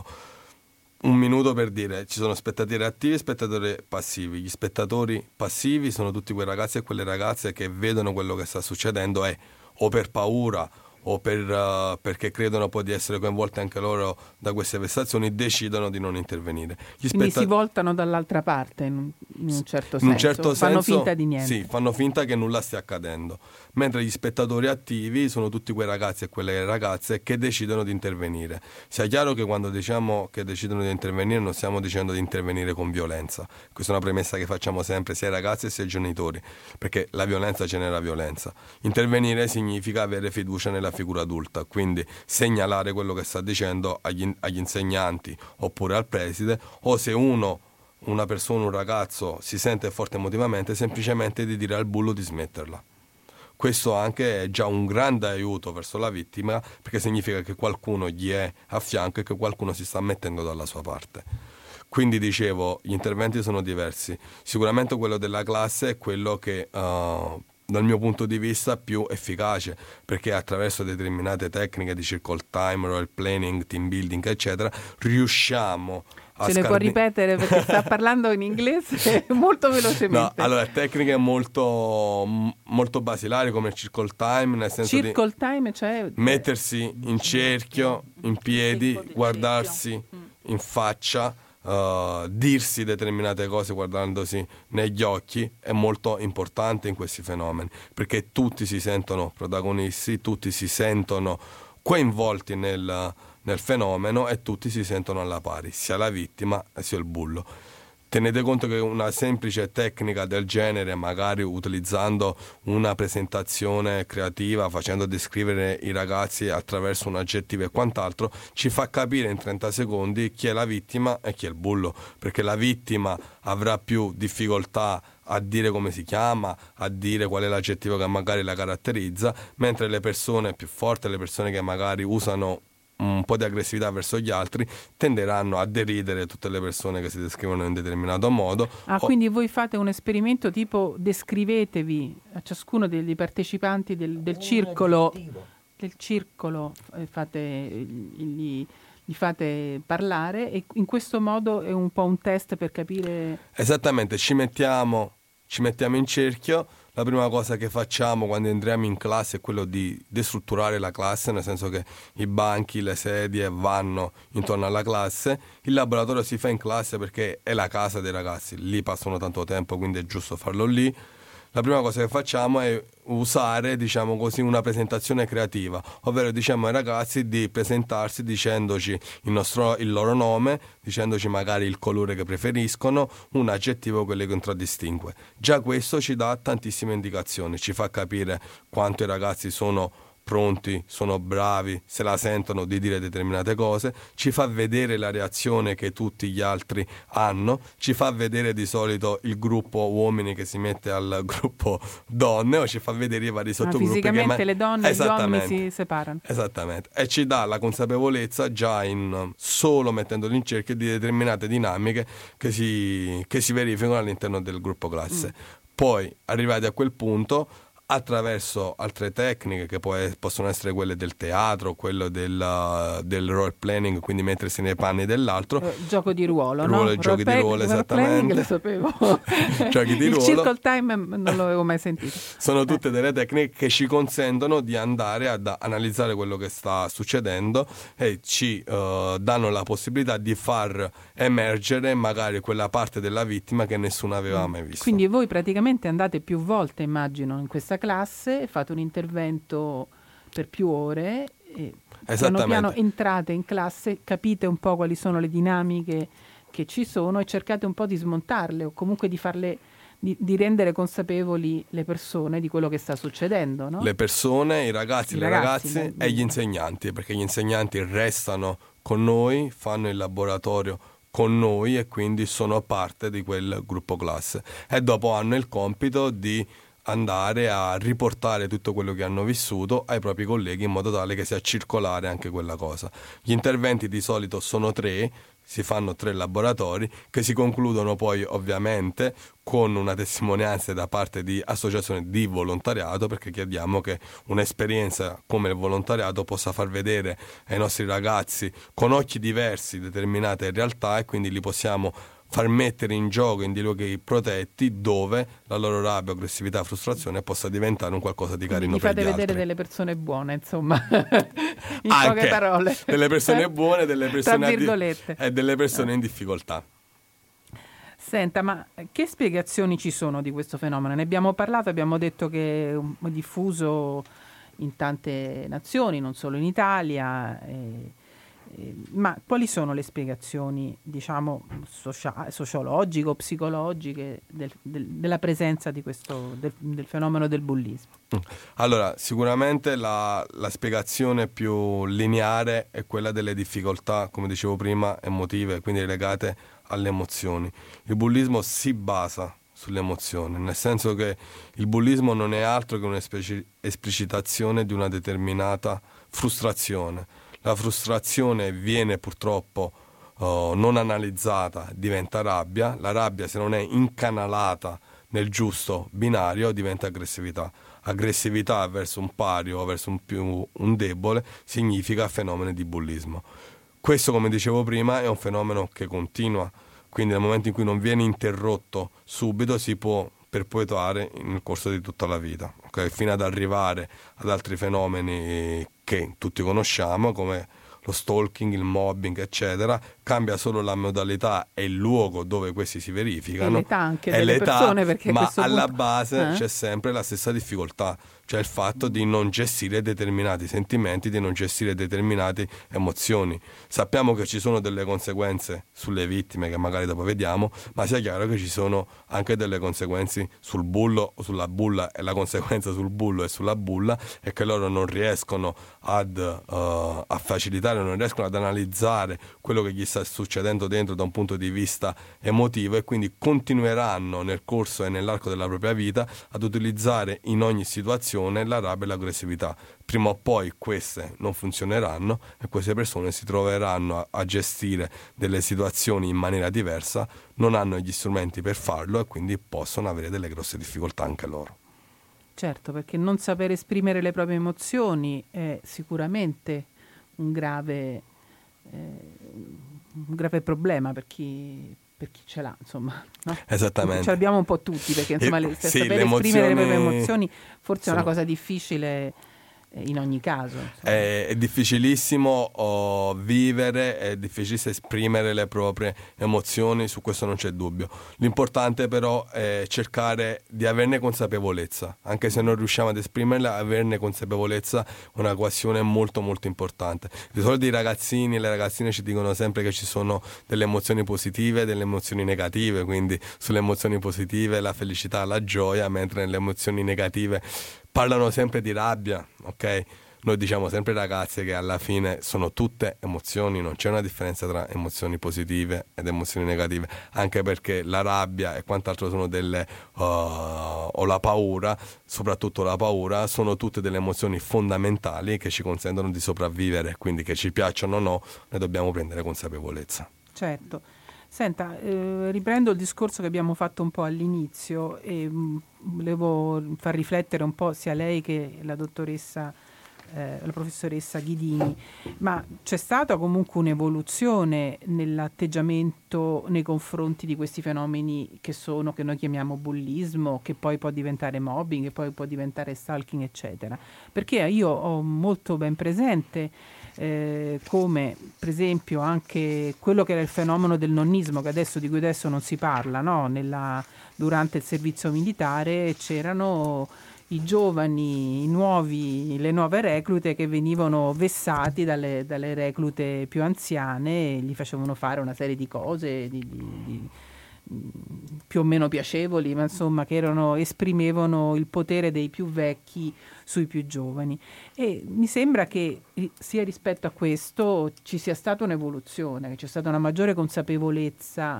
Un minuto per dire, ci sono spettatori attivi e spettatori passivi. Gli spettatori passivi sono tutti quei ragazzi e quelle ragazze che vedono quello che sta succedendo e o per paura o per, uh, perché credono poi di essere coinvolti anche loro da queste vessazioni, decidono di non intervenire. Gli Quindi spetta- si voltano dall'altra parte in un, in un certo in senso, un certo fanno senso, finta di niente. Sì, fanno finta che nulla stia accadendo. Mentre gli spettatori attivi sono tutti quei ragazzi e quelle ragazze che decidono di intervenire. Sia chiaro che quando diciamo che decidono di intervenire non stiamo dicendo di intervenire con violenza. Questa è una premessa che facciamo sempre sia ai ragazzi sia ai genitori, perché la violenza genera violenza. Intervenire significa avere fiducia nella figura adulta, quindi segnalare quello che sta dicendo agli, agli insegnanti oppure al preside, o se uno, una persona, un ragazzo si sente forte emotivamente, semplicemente di dire al bullo di smetterla. Questo anche è già un grande aiuto verso la vittima, perché significa che qualcuno gli è a fianco e che qualcuno si sta mettendo dalla sua parte. Quindi dicevo, gli interventi sono diversi. Sicuramente quello della classe è quello che, uh, dal mio punto di vista, più efficace, perché attraverso determinate tecniche di circle time, role planning, team building, eccetera, riusciamo a Ce le può ripetere perché sta parlando in inglese molto velocemente. No, allora, tecniche molto, molto basilari come il circle time, nel senso circle di time, cioè mettersi in cerchio, in piedi, guardarsi in faccia, uh, dirsi determinate cose guardandosi negli occhi è molto importante in questi fenomeni, perché tutti si sentono protagonisti, tutti si sentono coinvolti nel nel fenomeno e tutti si sentono alla pari, sia la vittima sia il bullo. Tenete conto che una semplice tecnica del genere, magari utilizzando una presentazione creativa, facendo descrivere i ragazzi attraverso un aggettivo e quant'altro, ci fa capire in trenta secondi chi è la vittima e chi è il bullo, perché la vittima avrà più difficoltà a dire come si chiama, a dire qual è l'aggettivo che magari la caratterizza, mentre le persone più forti, le persone che magari usano un po' di aggressività verso gli altri, tenderanno a deridere tutte le persone che si descrivono in determinato modo. Ah, o... quindi voi fate un esperimento tipo descrivetevi a ciascuno degli partecipanti del, del circolo, del circolo eh, fate, gli, gli fate parlare, e in questo modo è un po' un test per capire... Esattamente, ci mettiamo, ci mettiamo in cerchio. La prima cosa che facciamo quando entriamo in classe è quello di destrutturare la classe, nel senso che i banchi, le sedie vanno intorno alla classe. Il laboratorio si fa in classe perché è la casa dei ragazzi, lì passano tanto tempo, quindi è giusto farlo lì. La prima cosa che facciamo è usare, diciamo così, una presentazione creativa, ovvero diciamo ai ragazzi di presentarsi dicendoci il, nostro, il loro nome, dicendoci magari il colore che preferiscono, un aggettivo che li contraddistingue. Già questo ci dà tantissime indicazioni, ci fa capire quanto i ragazzi sono pronti, sono bravi, se la sentono di dire determinate cose, ci fa vedere la reazione che tutti gli altri hanno, ci fa vedere di solito il gruppo uomini che si mette al gruppo donne, o ci fa vedere i vari sottogruppi. Ah, fisicamente che le donne e gli uomini si separano. Esattamente, e ci dà la consapevolezza già in solo mettendoli in cerchio di determinate dinamiche che si, che si verificano all'interno del gruppo classe. Mm. Poi, arrivati a quel punto, attraverso altre tecniche che poi possono essere quelle del teatro, quello del, del role planning, quindi mettersi nei panni dell'altro, eh, gioco di ruolo, ruolo no? e giochi di ruolo, esattamente. Lo sapevo. Giochi di il ruolo. circle time non l'avevo mai sentito. Sono tutte delle tecniche che ci consentono di andare ad analizzare quello che sta succedendo e ci uh, danno la possibilità di far emergere magari quella parte della vittima che nessuno aveva mai visto. Quindi voi praticamente andate più volte, immagino, in questa classe, fate un intervento per più ore e piano piano entrate in classe, capite un po' quali sono le dinamiche che ci sono e cercate un po' di smontarle o comunque di farle, di, di rendere consapevoli le persone di quello che sta succedendo, no? Le persone, i ragazzi, I le ragazzi, ragazze beh, e gli insegnanti, perché gli insegnanti restano con noi, fanno il laboratorio con noi e quindi sono parte di quel gruppo classe e dopo hanno il compito di andare a riportare tutto quello che hanno vissuto ai propri colleghi in modo tale che sia circolare anche quella cosa. Gli interventi di solito sono tre, si fanno tre laboratori che si concludono poi ovviamente con una testimonianza da parte di associazioni di volontariato, perché chiediamo che un'esperienza come il volontariato possa far vedere ai nostri ragazzi con occhi diversi determinate realtà e quindi li possiamo far mettere in gioco in dei luoghi protetti dove la loro rabbia, aggressività, frustrazione possa diventare un qualcosa di carino per gli altri. Vi fate vedere delle persone buone, insomma, in Anche poche parole. Delle persone buone, delle persone tra virgolette. Di- e delle persone in difficoltà. Senta, ma che spiegazioni ci sono di questo fenomeno? Ne abbiamo parlato, abbiamo detto che è diffuso in tante nazioni, non solo in Italia. E... Ma quali sono le spiegazioni, diciamo, socia- sociologiche o psicologiche del, del, della presenza di questo, del, del fenomeno del bullismo? Allora, sicuramente la, la spiegazione più lineare è quella delle difficoltà, come dicevo prima, emotive, quindi legate alle emozioni. Il bullismo si basa sulle emozioni, nel senso che il bullismo non è altro che un'esplicitazione di una determinata frustrazione. La frustrazione viene purtroppo uh, non analizzata, diventa rabbia. La rabbia, se non è incanalata nel giusto binario, diventa aggressività. Aggressività verso un pari o verso un, più, un debole significa fenomeno di bullismo. Questo, come dicevo prima, è un fenomeno che continua, quindi nel momento in cui non viene interrotto subito si può perpetuare nel corso di tutta la vita, okay? Fino ad arrivare ad altri fenomeni che tutti conosciamo come lo stalking, il mobbing, eccetera. Cambia solo la modalità e il luogo dove questi si verificano e l'età anche e delle l'età, persone, perché ma alla punto... base eh? c'è sempre la stessa difficoltà, cioè il fatto di non gestire determinati sentimenti, di non gestire determinate emozioni. Sappiamo che ci sono delle conseguenze sulle vittime che magari dopo vediamo, ma sia chiaro che ci sono anche delle conseguenze sul bullo o sulla bulla, e la conseguenza sul bullo e sulla bulla è che loro non riescono ad, uh, a facilitare, non riescono ad analizzare quello che gli sta succedendo dentro da un punto di vista emotivo, e quindi continueranno nel corso e nell'arco della propria vita ad utilizzare in ogni situazione la rabbia e l'aggressività. Prima o poi queste non funzioneranno e queste persone si troveranno a, a gestire delle situazioni in maniera diversa, non hanno gli strumenti per farlo e quindi possono avere delle grosse difficoltà anche loro. Certo, perché non saper esprimere le proprie emozioni è sicuramente un grave, eh, un grave problema per chi, per chi ce l'ha, insomma. No? Esattamente. Ce l'abbiamo un po' tutti, perché insomma, e, le, sì, saper le emozioni... esprimere le proprie emozioni forse sono... è una cosa difficile in ogni caso. È, è difficilissimo oh, vivere, è difficilissimo esprimere le proprie emozioni, su questo non c'è dubbio. L'importante però è cercare di averne consapevolezza, anche se non riusciamo ad esprimerla, averne consapevolezza è una questione molto molto importante. Di solito i ragazzini e le ragazzine ci dicono sempre che ci sono delle emozioni positive e delle emozioni negative, quindi sulle emozioni positive la felicità, la gioia, mentre nelle emozioni negative parlano sempre di rabbia, ok? Noi diciamo sempre ai ragazzi che alla fine sono tutte emozioni, non c'è una differenza tra emozioni positive ed emozioni negative, anche perché la rabbia e quant'altro sono delle, uh, o la paura, soprattutto la paura, sono tutte delle emozioni fondamentali che ci consentono di sopravvivere, quindi che ci piacciono o no, ne dobbiamo prendere consapevolezza. Certo. Senta, eh, riprendo il discorso che abbiamo fatto un po' all'inizio e mh, volevo far riflettere un po' sia lei che la dottoressa, eh, la professoressa Ghidini, ma c'è stata comunque un'evoluzione nell'atteggiamento nei confronti di questi fenomeni che sono, che noi chiamiamo bullismo, che poi può diventare mobbing, che poi può diventare stalking, eccetera. Perché io ho molto ben presente Eh, come per esempio anche quello che era il fenomeno del nonnismo, che adesso, di cui adesso non si parla, no? Nella, durante il servizio militare c'erano i giovani, i nuovi, le nuove reclute che venivano vessati dalle, dalle reclute più anziane e gli facevano fare una serie di cose di, di, di, più o meno piacevoli, ma insomma che erano, esprimevano il potere dei più vecchi sui più giovani. E mi sembra che sia rispetto a questo ci sia stata un'evoluzione, che c'è stata una maggiore consapevolezza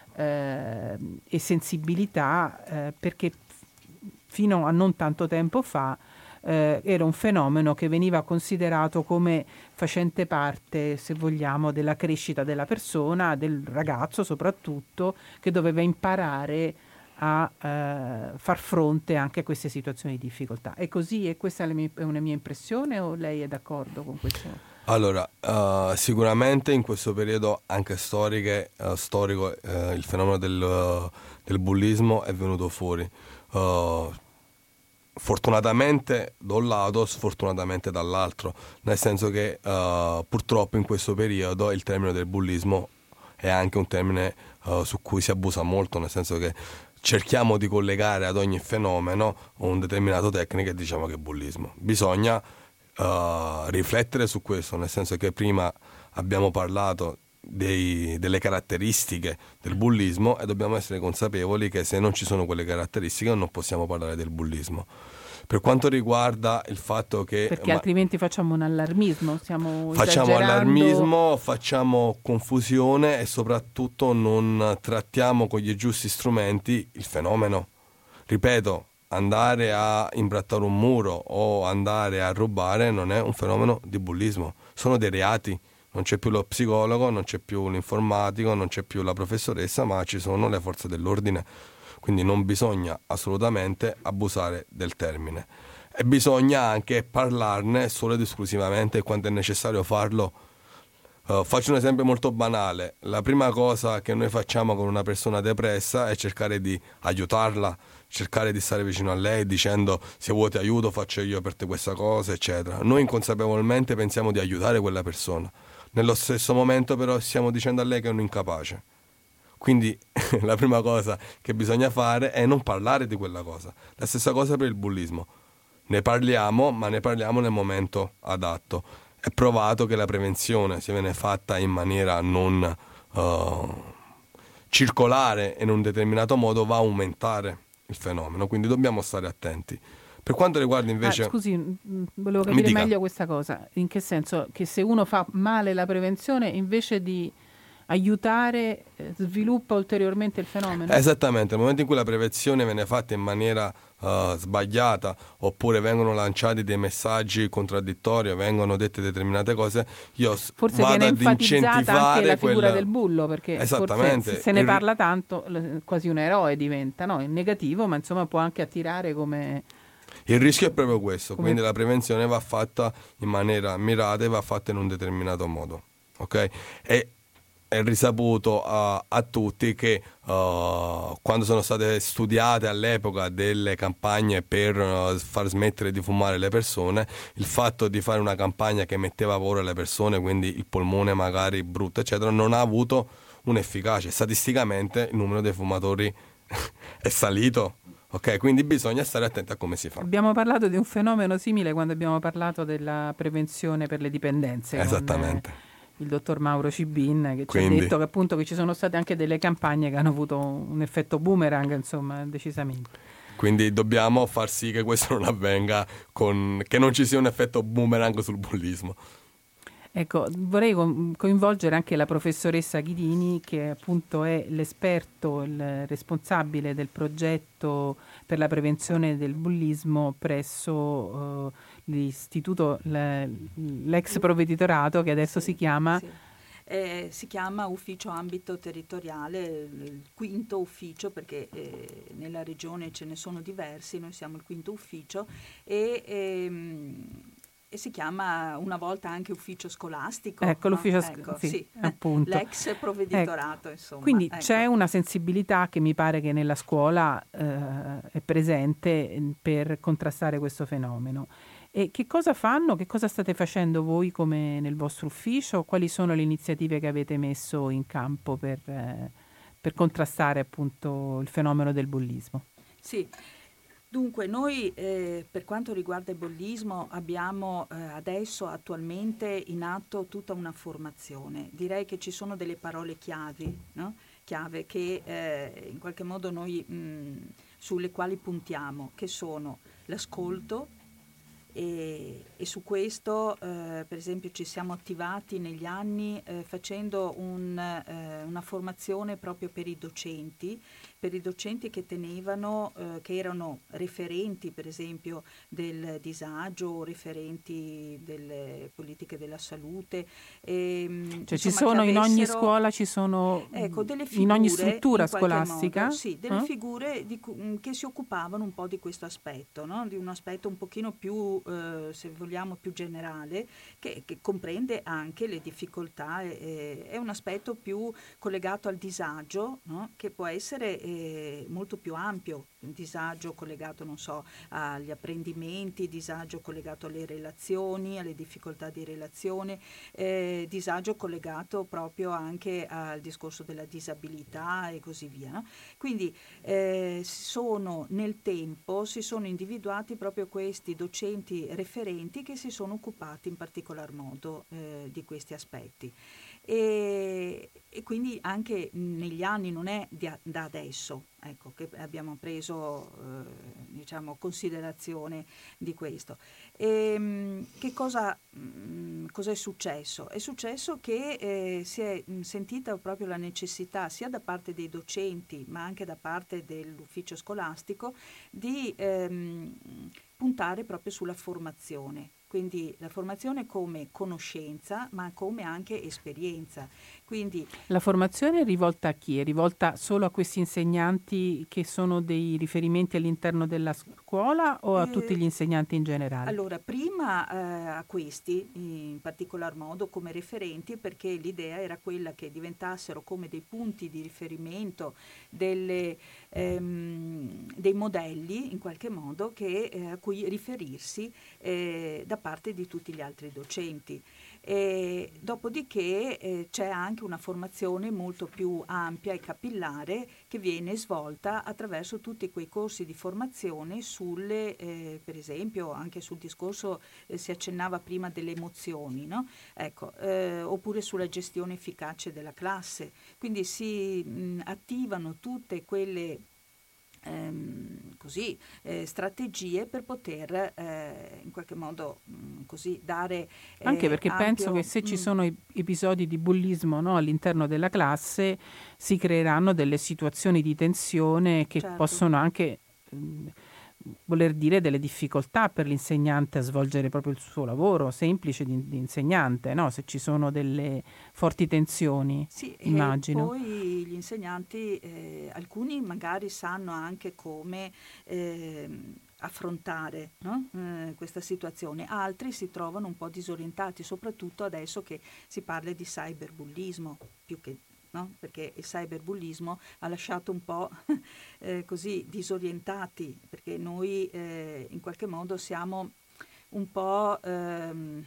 eh, e sensibilità, eh, perché fino a non tanto tempo fa eh, era un fenomeno che veniva considerato come facente parte, se vogliamo, della crescita della persona, del ragazzo soprattutto, che doveva imparare a eh, far fronte anche a queste situazioni di difficoltà. È così? E questa è, mie, è una mia impressione, o lei è d'accordo con questo? Allora, uh, sicuramente in questo periodo anche storiche, uh, storico uh, il fenomeno del, uh, del bullismo è venuto fuori. Uh, fortunatamente da un lato, sfortunatamente dall'altro, nel senso che uh, purtroppo in questo periodo il termine del bullismo è anche un termine uh, su cui si abusa molto, nel senso che cerchiamo di collegare ad ogni fenomeno un determinato tecnica e diciamo che è bullismo. Bisogna uh, riflettere su questo, nel senso che prima abbiamo parlato dei, delle caratteristiche del bullismo e dobbiamo essere consapevoli che se non ci sono quelle caratteristiche non possiamo parlare del bullismo. Per quanto riguarda il fatto che... Perché ma, altrimenti facciamo un allarmismo, stiamo facciamo esagerando. allarmismo, facciamo confusione e soprattutto non trattiamo con gli giusti strumenti il fenomeno. Ripeto, andare a imbrattare un muro o andare a rubare non è un fenomeno di bullismo, sono dei reati. Non c'è più lo psicologo, non c'è più l'informatico, non c'è più la professoressa, ma ci sono le forze dell'ordine. Quindi non bisogna assolutamente abusare del termine. E bisogna anche parlarne solo ed esclusivamente quando è necessario farlo. Uh, faccio un esempio molto banale. La prima cosa che noi facciamo con una persona depressa è cercare di aiutarla, cercare di stare vicino a lei dicendo se vuoi ti aiuto, faccio io per te questa cosa, eccetera. Noi inconsapevolmente pensiamo di aiutare quella persona. Nello stesso momento però stiamo dicendo a lei che è un incapace. Quindi la prima cosa che bisogna fare è non parlare di quella cosa. La stessa cosa per il bullismo. Ne parliamo, ma ne parliamo nel momento adatto. È provato che la prevenzione, se viene fatta in maniera non uh, circolare e in un determinato modo, va a aumentare il fenomeno. Quindi dobbiamo stare attenti. Per quanto riguarda invece... Ah, scusi, volevo capire meglio questa cosa. In che senso? Che se uno fa male la prevenzione, invece di aiutare, eh, sviluppa ulteriormente il fenomeno? Esattamente, nel momento in cui la prevenzione viene fatta in maniera uh, sbagliata, oppure vengono lanciati dei messaggi contraddittori, vengono dette determinate cose, io forse vado viene ad enfatizzata incentivare anche la figura quella... del bullo, perché Esattamente. forse se ne Il... parla tanto, quasi un eroe diventa, no? In negativo, ma insomma può anche attirare come... Il rischio è proprio questo, come... quindi la prevenzione va fatta in maniera mirata e va fatta in un determinato modo, ok? E è risaputo uh, a tutti che uh, quando sono state studiate all'epoca delle campagne per uh, far smettere di fumare le persone, il fatto di fare una campagna che metteva paura alle persone, quindi il polmone magari brutto eccetera, non ha avuto un'efficacia. Statisticamente il numero dei fumatori è salito. Ok, quindi bisogna stare attenti a come si fa. Abbiamo parlato di un fenomeno simile quando abbiamo parlato della prevenzione per le dipendenze. Esattamente. Con, eh, il dottor Mauro Cibin, che Quindi, ci ha detto che appunto che ci sono state anche delle campagne che hanno avuto un effetto boomerang, insomma, decisamente. Quindi dobbiamo far sì che questo non avvenga, con, che non ci sia un effetto boomerang sul bullismo. Ecco, vorrei coinvolgere anche la professoressa Ghidini, che appunto è l'esperto, il responsabile del progetto per la prevenzione del bullismo presso uh, l'istituto, l'ex provveditorato, che adesso sì, si chiama... Sì. Eh, si chiama Ufficio Ambito Territoriale, il quinto ufficio, perché eh, nella regione ce ne sono diversi, noi siamo il quinto ufficio, e... Ehm, e si chiama una volta anche ufficio scolastico. Ecco, no? l'ufficio ecco, sì, sì. appunto. L'ex provveditorato, ecco. insomma. Quindi ecco. c'è una sensibilità che mi pare che nella scuola eh, è presente per contrastare questo fenomeno. E che cosa fanno? Che cosa state facendo voi come nel vostro ufficio? Quali sono le iniziative che avete messo in campo per, eh, per contrastare appunto il fenomeno del bullismo? Sì. Dunque, noi eh, per quanto riguarda il bullismo abbiamo eh, adesso attualmente in atto tutta una formazione. Direi che ci sono delle parole chiavi, no? chiave che eh, in qualche modo noi mh, sulle quali puntiamo, che sono l'ascolto, e, e su questo eh, per esempio ci siamo attivati negli anni eh, facendo un, eh, una formazione proprio per i docenti, per i docenti che tenevano, eh, che erano referenti per esempio del disagio, referenti delle politiche della salute. E, cioè insomma, ci sono in avessero, ogni scuola, ci sono ecco, delle figure, in ogni struttura in scolastica? Modo, sì, delle eh? figure di, che si occupavano un po' di questo aspetto, no? Di un aspetto un pochino più, eh, se vogliamo, più generale, che, che comprende anche le difficoltà, eh, è un aspetto più collegato al disagio, no? Che può essere eh, molto più ampio, un disagio collegato, non so, agli apprendimenti, disagio collegato alle relazioni, alle difficoltà di relazione, eh, disagio collegato proprio anche al discorso della disabilità e così via. No? Quindi eh, sono nel tempo, si sono individuati proprio questi docenti insegnanti referenti che si sono occupati in particolar modo eh, di questi aspetti. E, e quindi anche negli anni, non è di a, da adesso, ecco, che abbiamo preso eh, diciamo considerazione di questo. E, mh, che cosa mh, cosa è successo? È successo che eh, si è mh, sentita proprio la necessità, sia da parte dei docenti ma anche da parte dell'ufficio scolastico, di ehm, puntare proprio sulla formazione. Quindi la formazione come conoscenza, ma come anche esperienza. Quindi la formazione è rivolta a chi? È rivolta solo a questi insegnanti che sono dei riferimenti all'interno della scuola o a eh, tutti gli insegnanti in generale? Allora, prima eh, a questi, in particolar modo come referenti, perché l'idea era quella che diventassero come dei punti di riferimento, delle, ehm, dei modelli in qualche modo che, eh, a cui riferirsi eh, da parte di tutti gli altri docenti. E dopodiché eh, c'è anche una formazione molto più ampia e capillare che viene svolta attraverso tutti quei corsi di formazione sulle, eh, per esempio anche sul discorso, eh, si accennava prima delle emozioni, no? Ecco, eh, oppure sulla gestione efficace della classe. Quindi si mh, attivano tutte quelle Ehm, così eh, strategie per poter eh, in qualche modo mh, così dare eh, anche perché ampio, penso che se ci mh, sono i- episodi di bullismo, no, all'interno della classe si creeranno delle situazioni di tensione che certo. possono anche mh, voler dire delle difficoltà per l'insegnante a svolgere proprio il suo lavoro semplice di, di insegnante, no? Se ci sono delle forti tensioni, Sì, immagino. E poi gli insegnanti, eh, alcuni magari sanno anche come eh, affrontare, no? eh, questa situazione, altri si trovano un po' disorientati, soprattutto adesso che si parla di cyberbullismo, più che no? Perché il cyberbullismo ha lasciato un po' eh, così disorientati, perché noi eh, in qualche modo siamo un po' ehm,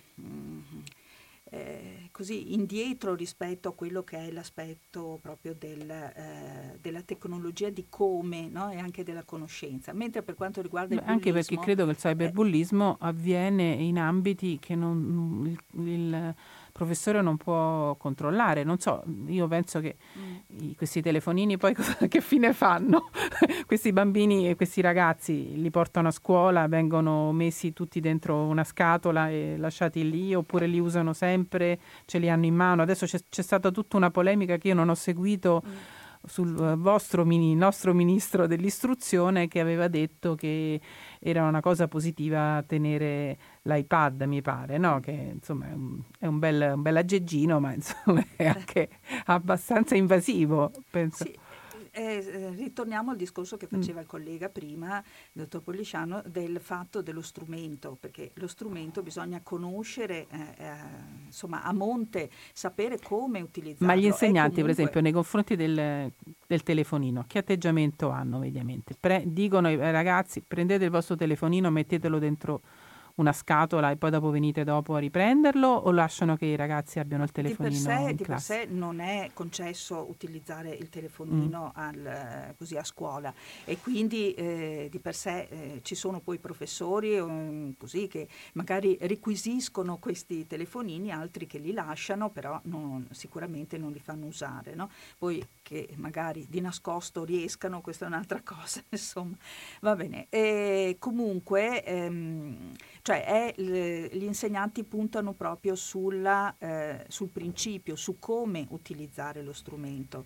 Eh, così indietro rispetto a quello che è l'aspetto proprio del, eh, della tecnologia, di come, no? E anche della conoscenza, mentre per quanto riguarda il Beh, anche bullismo, perché credo che il cyberbullismo eh, avviene in ambiti che non, il, il professore non può controllare. Non so, io penso che mm. i, questi telefonini poi cosa, che fine fanno? Questi bambini e questi ragazzi li portano a scuola, vengono messi tutti dentro una scatola e lasciati lì, oppure li usano sempre, ce li hanno in mano. Adesso c'è, c'è stata tutta una polemica che io non ho seguito mm. sul uh, vostro mini, nostro ministro dell'istruzione, che aveva detto che era una cosa positiva tenere l'iPad, mi pare, no? Che insomma è un, è un bel un bel aggeggino, ma insomma è anche abbastanza invasivo, penso. Sì. Eh, ritorniamo al discorso che faceva mm. il collega prima, il dottor Pollisciano, del fatto dello strumento, perché lo strumento bisogna conoscere eh, eh, insomma a monte, sapere come utilizzarlo. Ma gli insegnanti, comunque... per esempio, nei confronti del, del telefonino, che atteggiamento hanno mediamente? Pre- dicono ai ragazzi: prendete il vostro telefonino, mettetelo dentro una scatola e poi dopo venite dopo a riprenderlo, o lasciano che i ragazzi abbiano il telefonino di per sé, in di classe? Per sé non è concesso utilizzare il telefonino mm. al, così a scuola, e quindi eh, di per sé eh, ci sono poi professori eh, così che magari requisiscono questi telefonini, altri che li lasciano, però non, sicuramente non li fanno usare, no? Poi che magari di nascosto riescano, questa è un'altra cosa, insomma. Va bene. E comunque ehm, cioè è, le, gli insegnanti puntano proprio sulla, eh, sul principio, su come utilizzare lo strumento,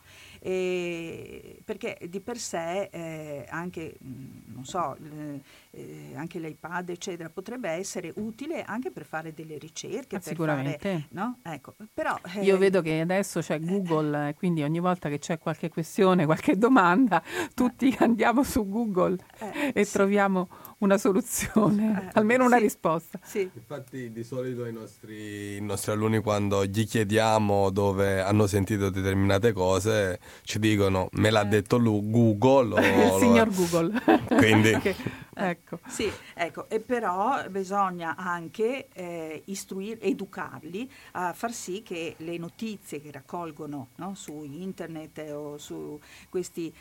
e, perché di per sé eh, anche, non so, le, eh, anche l'iPad eccetera potrebbe essere utile anche per fare delle ricerche, ah, per sicuramente fare, no? Ecco, però, eh, io vedo che adesso c'è Google, eh, quindi ogni volta che c'è qualche questione, qualche domanda, tutti eh. andiamo su Google eh, e sì. troviamo una soluzione, eh, almeno una sì, risposta. Sì. Infatti di solito i nostri, i nostri alunni, quando gli chiediamo dove hanno sentito determinate cose, ci dicono: me l'ha detto lui, Google. O il signor Google. Quindi che ecco. Sì, ecco, e però bisogna anche eh, istruire, educarli a far sì che le notizie che raccolgono, no, su internet eh, o su questi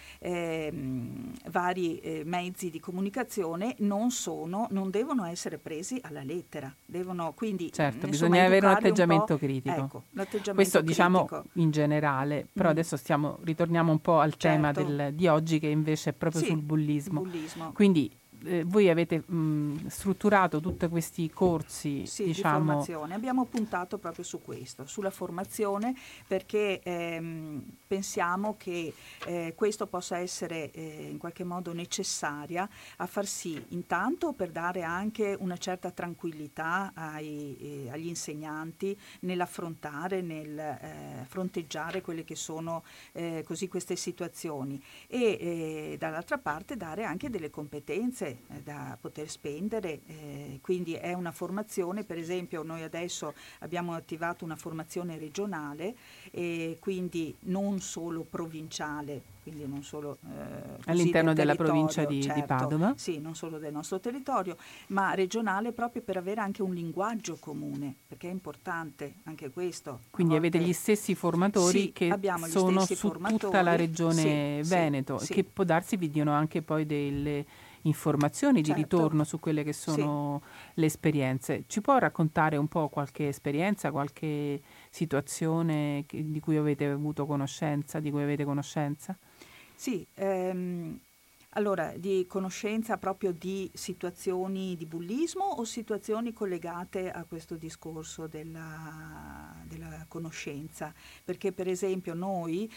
ehm, vari eh, mezzi di comunicazione non sono, non devono essere presi alla lettera, devono quindi Certo, insomma, bisogna avere un educarli atteggiamento po', critico. ecco, l'atteggiamento Questo diciamo critico. in generale, però Mm. adesso stiamo, ritorniamo un po' al tema Certo. del- di oggi, che invece è proprio Sì, sul bullismo. bullismo. Quindi eh, voi avete mh, strutturato tutti questi corsi, Sì, diciamo, di formazione. Abbiamo puntato proprio su questo, sulla formazione, perché ehm, pensiamo che eh, questo possa essere eh, in qualche modo necessaria a far sì, intanto per dare anche una certa tranquillità ai, eh, agli insegnanti nell'affrontare, nel eh, fronteggiare quelle che sono eh, così queste situazioni e eh, dall'altra parte dare anche delle competenze eh, da poter spendere, eh, quindi è una formazione, per esempio noi adesso abbiamo attivato una formazione regionale e quindi non solo provinciale, quindi non solo eh, così all'interno del della provincia territorio, di, di certo, Padova. sì, non solo del nostro territorio, ma regionale proprio per avere anche un linguaggio comune, perché è importante anche questo. A Quindi avete volte- gli stessi formatori Sì, che abbiamo gli sono stessi su formatori, tutta la regione sì, sì, Veneto, sì. che può darsi vi diano anche poi delle informazioni di Certo. ritorno su quelle che sono le esperienze. Ci può raccontare un po' qualche esperienza, qualche situazione che- di cui avete avuto conoscenza, di cui avete conoscenza? Sì, ehm, allora di conoscenza proprio di situazioni di bullismo o situazioni collegate a questo discorso della, della conoscenza? Perché per esempio noi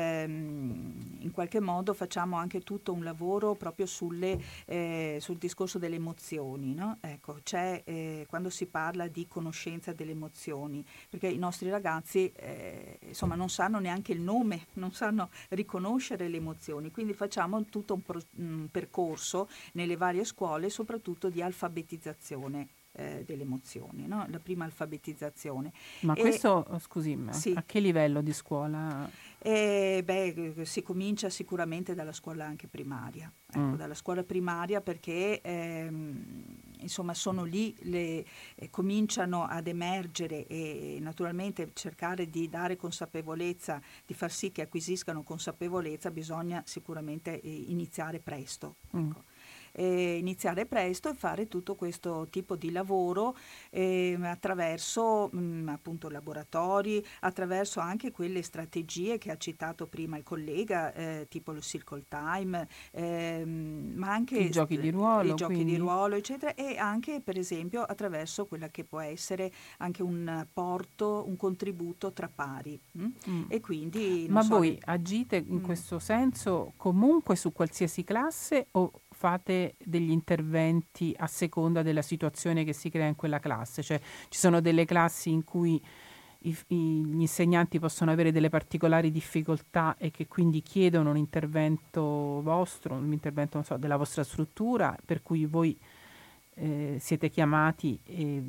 ehm, in qualche modo facciamo anche tutto un lavoro proprio sulle, eh, sul discorso delle emozioni, no? Ecco, c'è eh, quando si parla di conoscenza delle emozioni, perché i nostri ragazzi eh, insomma non sanno neanche il nome, non sanno riconoscere le emozioni, quindi facciamo tutto un, pro- un percorso nelle varie scuole, soprattutto di alfabetizzazione eh, delle emozioni, no? La prima alfabetizzazione. Ma E, questo, scusi, ma sì, a che livello di scuola? e, beh, si comincia sicuramente dalla scuola anche primaria, ecco, Mm. dalla scuola primaria perché ehm, insomma sono lì, le, eh, cominciano ad emergere e naturalmente cercare di dare consapevolezza, di far sì che acquisiscano consapevolezza, bisogna sicuramente eh, iniziare presto. Mm. Ecco. E iniziare presto e fare tutto questo tipo di lavoro eh, attraverso mh, appunto laboratori, attraverso anche quelle strategie che ha citato prima il collega, eh, tipo il circle time, ehm, ma anche I giochi di ruolo, i giochi quindi? di ruolo, eccetera, e anche per esempio attraverso quella che può essere anche un apporto, un contributo tra pari. Mh? Mm. E quindi, non Ma so, voi le- agite in Mm. questo senso comunque su qualsiasi classe o fate degli interventi a seconda della situazione che si crea in quella classe? Cioè ci sono delle classi in cui i- i- gli insegnanti possono avere delle particolari difficoltà e che quindi chiedono un intervento vostro, un intervento non so, della vostra struttura, per cui voi eh, siete chiamati e,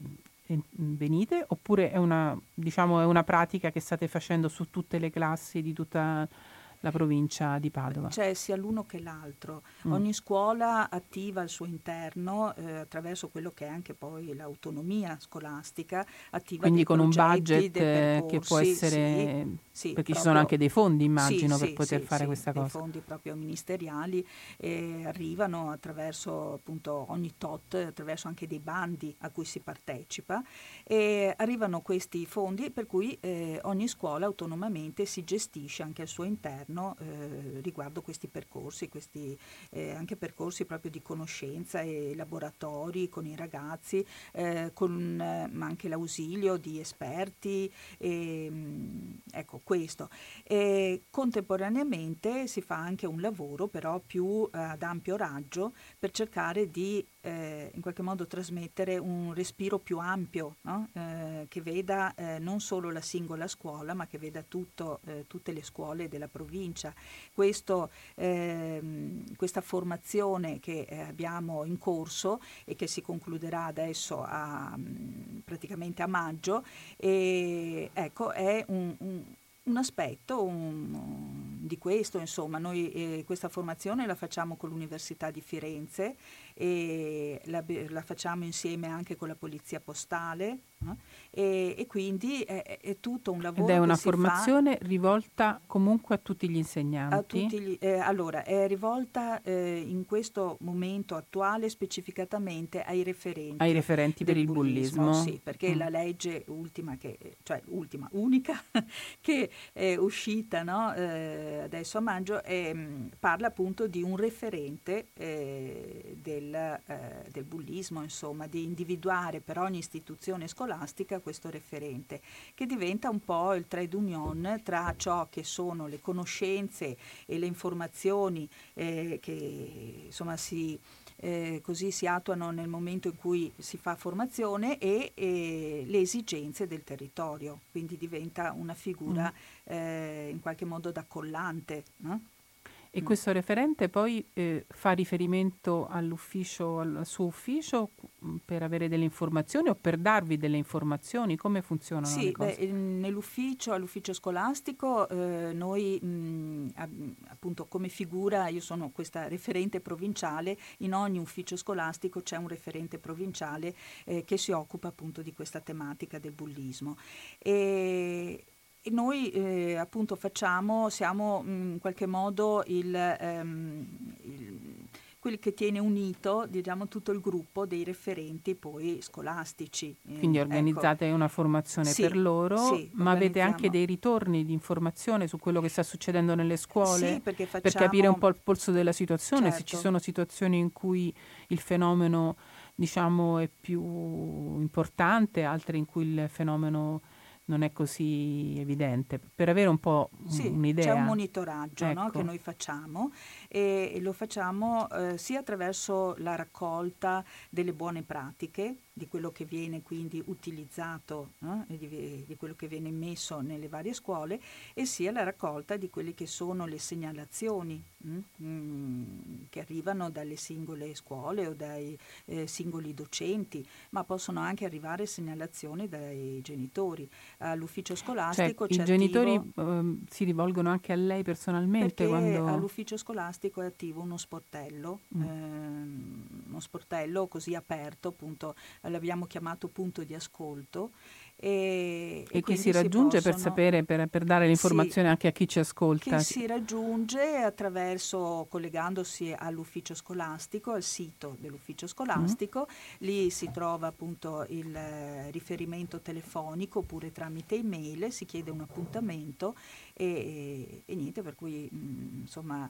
e venite, oppure è una, diciamo, è una pratica che state facendo su tutte le classi di tutta la provincia di Padova? C'è sia l'uno che l'altro. Mm. Ogni scuola attiva al suo interno, eh, attraverso quello che è anche poi l'autonomia scolastica, attiva Quindi dei con un progetti, budget dei eh, che può percorsi, essere, sì, sì, perché ci sono proprio, anche dei fondi, sì, immagino, per sì, poter sì, fare sì, questa dei cosa. fondi proprio ministeriali eh, arrivano attraverso appunto ogni tot, attraverso anche dei bandi a cui si partecipa e arrivano questi fondi per cui eh, ogni scuola autonomamente si gestisce anche al suo interno eh, riguardo questi percorsi, questi eh, anche percorsi proprio di conoscenza e laboratori con i ragazzi, eh, con eh, ma anche l'ausilio di esperti, e, mh, ecco questo. E contemporaneamente si fa anche un lavoro però più eh, ad ampio raggio per cercare di eh, in qualche modo trasmettere un respiro più ampio, no? eh, che veda eh, non solo la singola scuola ma che veda tutto, eh, tutte le scuole della provincia. Questo, ehm, questa formazione che eh, abbiamo in corso e che si concluderà adesso a, praticamente a maggio, e, ecco, è un, un un aspetto, un, di questo, insomma, noi eh, questa formazione la facciamo con l'Università di Firenze e la, la facciamo insieme anche con la Polizia Postale, no? e, e quindi è, è tutto un lavoro. Ed è una che si formazione fa rivolta comunque a tutti gli insegnanti? a tutti gli, eh, allora, è rivolta eh, in questo momento attuale specificatamente ai referenti. Ai referenti per del il bullismo? Sì, perché Mm. la legge ultima, che, cioè ultima, unica, che è uscita, no, eh, adesso a maggio, è, mh, parla appunto di un referente eh, del, eh, del bullismo, insomma, di individuare per ogni istituzione scolastica questo referente, che diventa un po' il trade union tra ciò che sono le conoscenze e le informazioni eh, che insomma si Eh, così si attuano nel momento in cui si fa formazione e, e le esigenze del territorio, quindi diventa una figura mm. eh, in qualche modo da collante, no? E mm. questo referente poi eh, fa riferimento all'ufficio, al suo ufficio per avere delle informazioni o per darvi delle informazioni? Come funzionano sì, le cose? Beh, nell'ufficio, all'ufficio scolastico, eh, noi mh, appunto come figura, io sono questa referente provinciale, in ogni ufficio scolastico c'è un referente provinciale eh, che si occupa appunto di questa tematica del bullismo. E, E noi eh, appunto facciamo, siamo mh, in qualche modo il, ehm, il, quelli che tiene unito, diciamo, tutto il gruppo dei referenti poi scolastici. Quindi eh, organizzate ecco. una formazione Sì, per loro, sì, ma avete organizziamo. anche dei ritorni di informazione su quello che sta succedendo nelle scuole? Sì, perché facciamo, per capire un po' il polso della situazione, certo. se ci sono situazioni in cui il fenomeno, diciamo, è più importante, altre in cui il fenomeno non è così evidente, per avere un po' sì, un'idea. C'è un monitoraggio, ecco. no, che noi facciamo e, e lo facciamo eh, sia attraverso la raccolta delle buone pratiche, di quello che viene quindi utilizzato, no, e di, di quello che viene messo nelle varie scuole, e sia la raccolta di quelle che sono le segnalazioni mh, mh, che arrivano dalle singole scuole o dai eh, singoli docenti, ma possono anche arrivare segnalazioni dai genitori. All'ufficio scolastico cioè, c'è i genitori attivo, eh, si rivolgono anche a lei personalmente? perché quando... all'ufficio scolastico è attivo uno sportello, mm. ehm, uno sportello così aperto, appunto l'abbiamo chiamato punto di ascolto. E, e e che si raggiunge si possono, per sapere, per, per dare l'informazione sì, anche a chi ci ascolta? che si raggiunge attraverso, collegandosi all'ufficio scolastico, al sito dell'ufficio scolastico, mm. lì si trova appunto il eh, riferimento telefonico oppure tramite email, si chiede un appuntamento e, e, e niente, per cui mh, insomma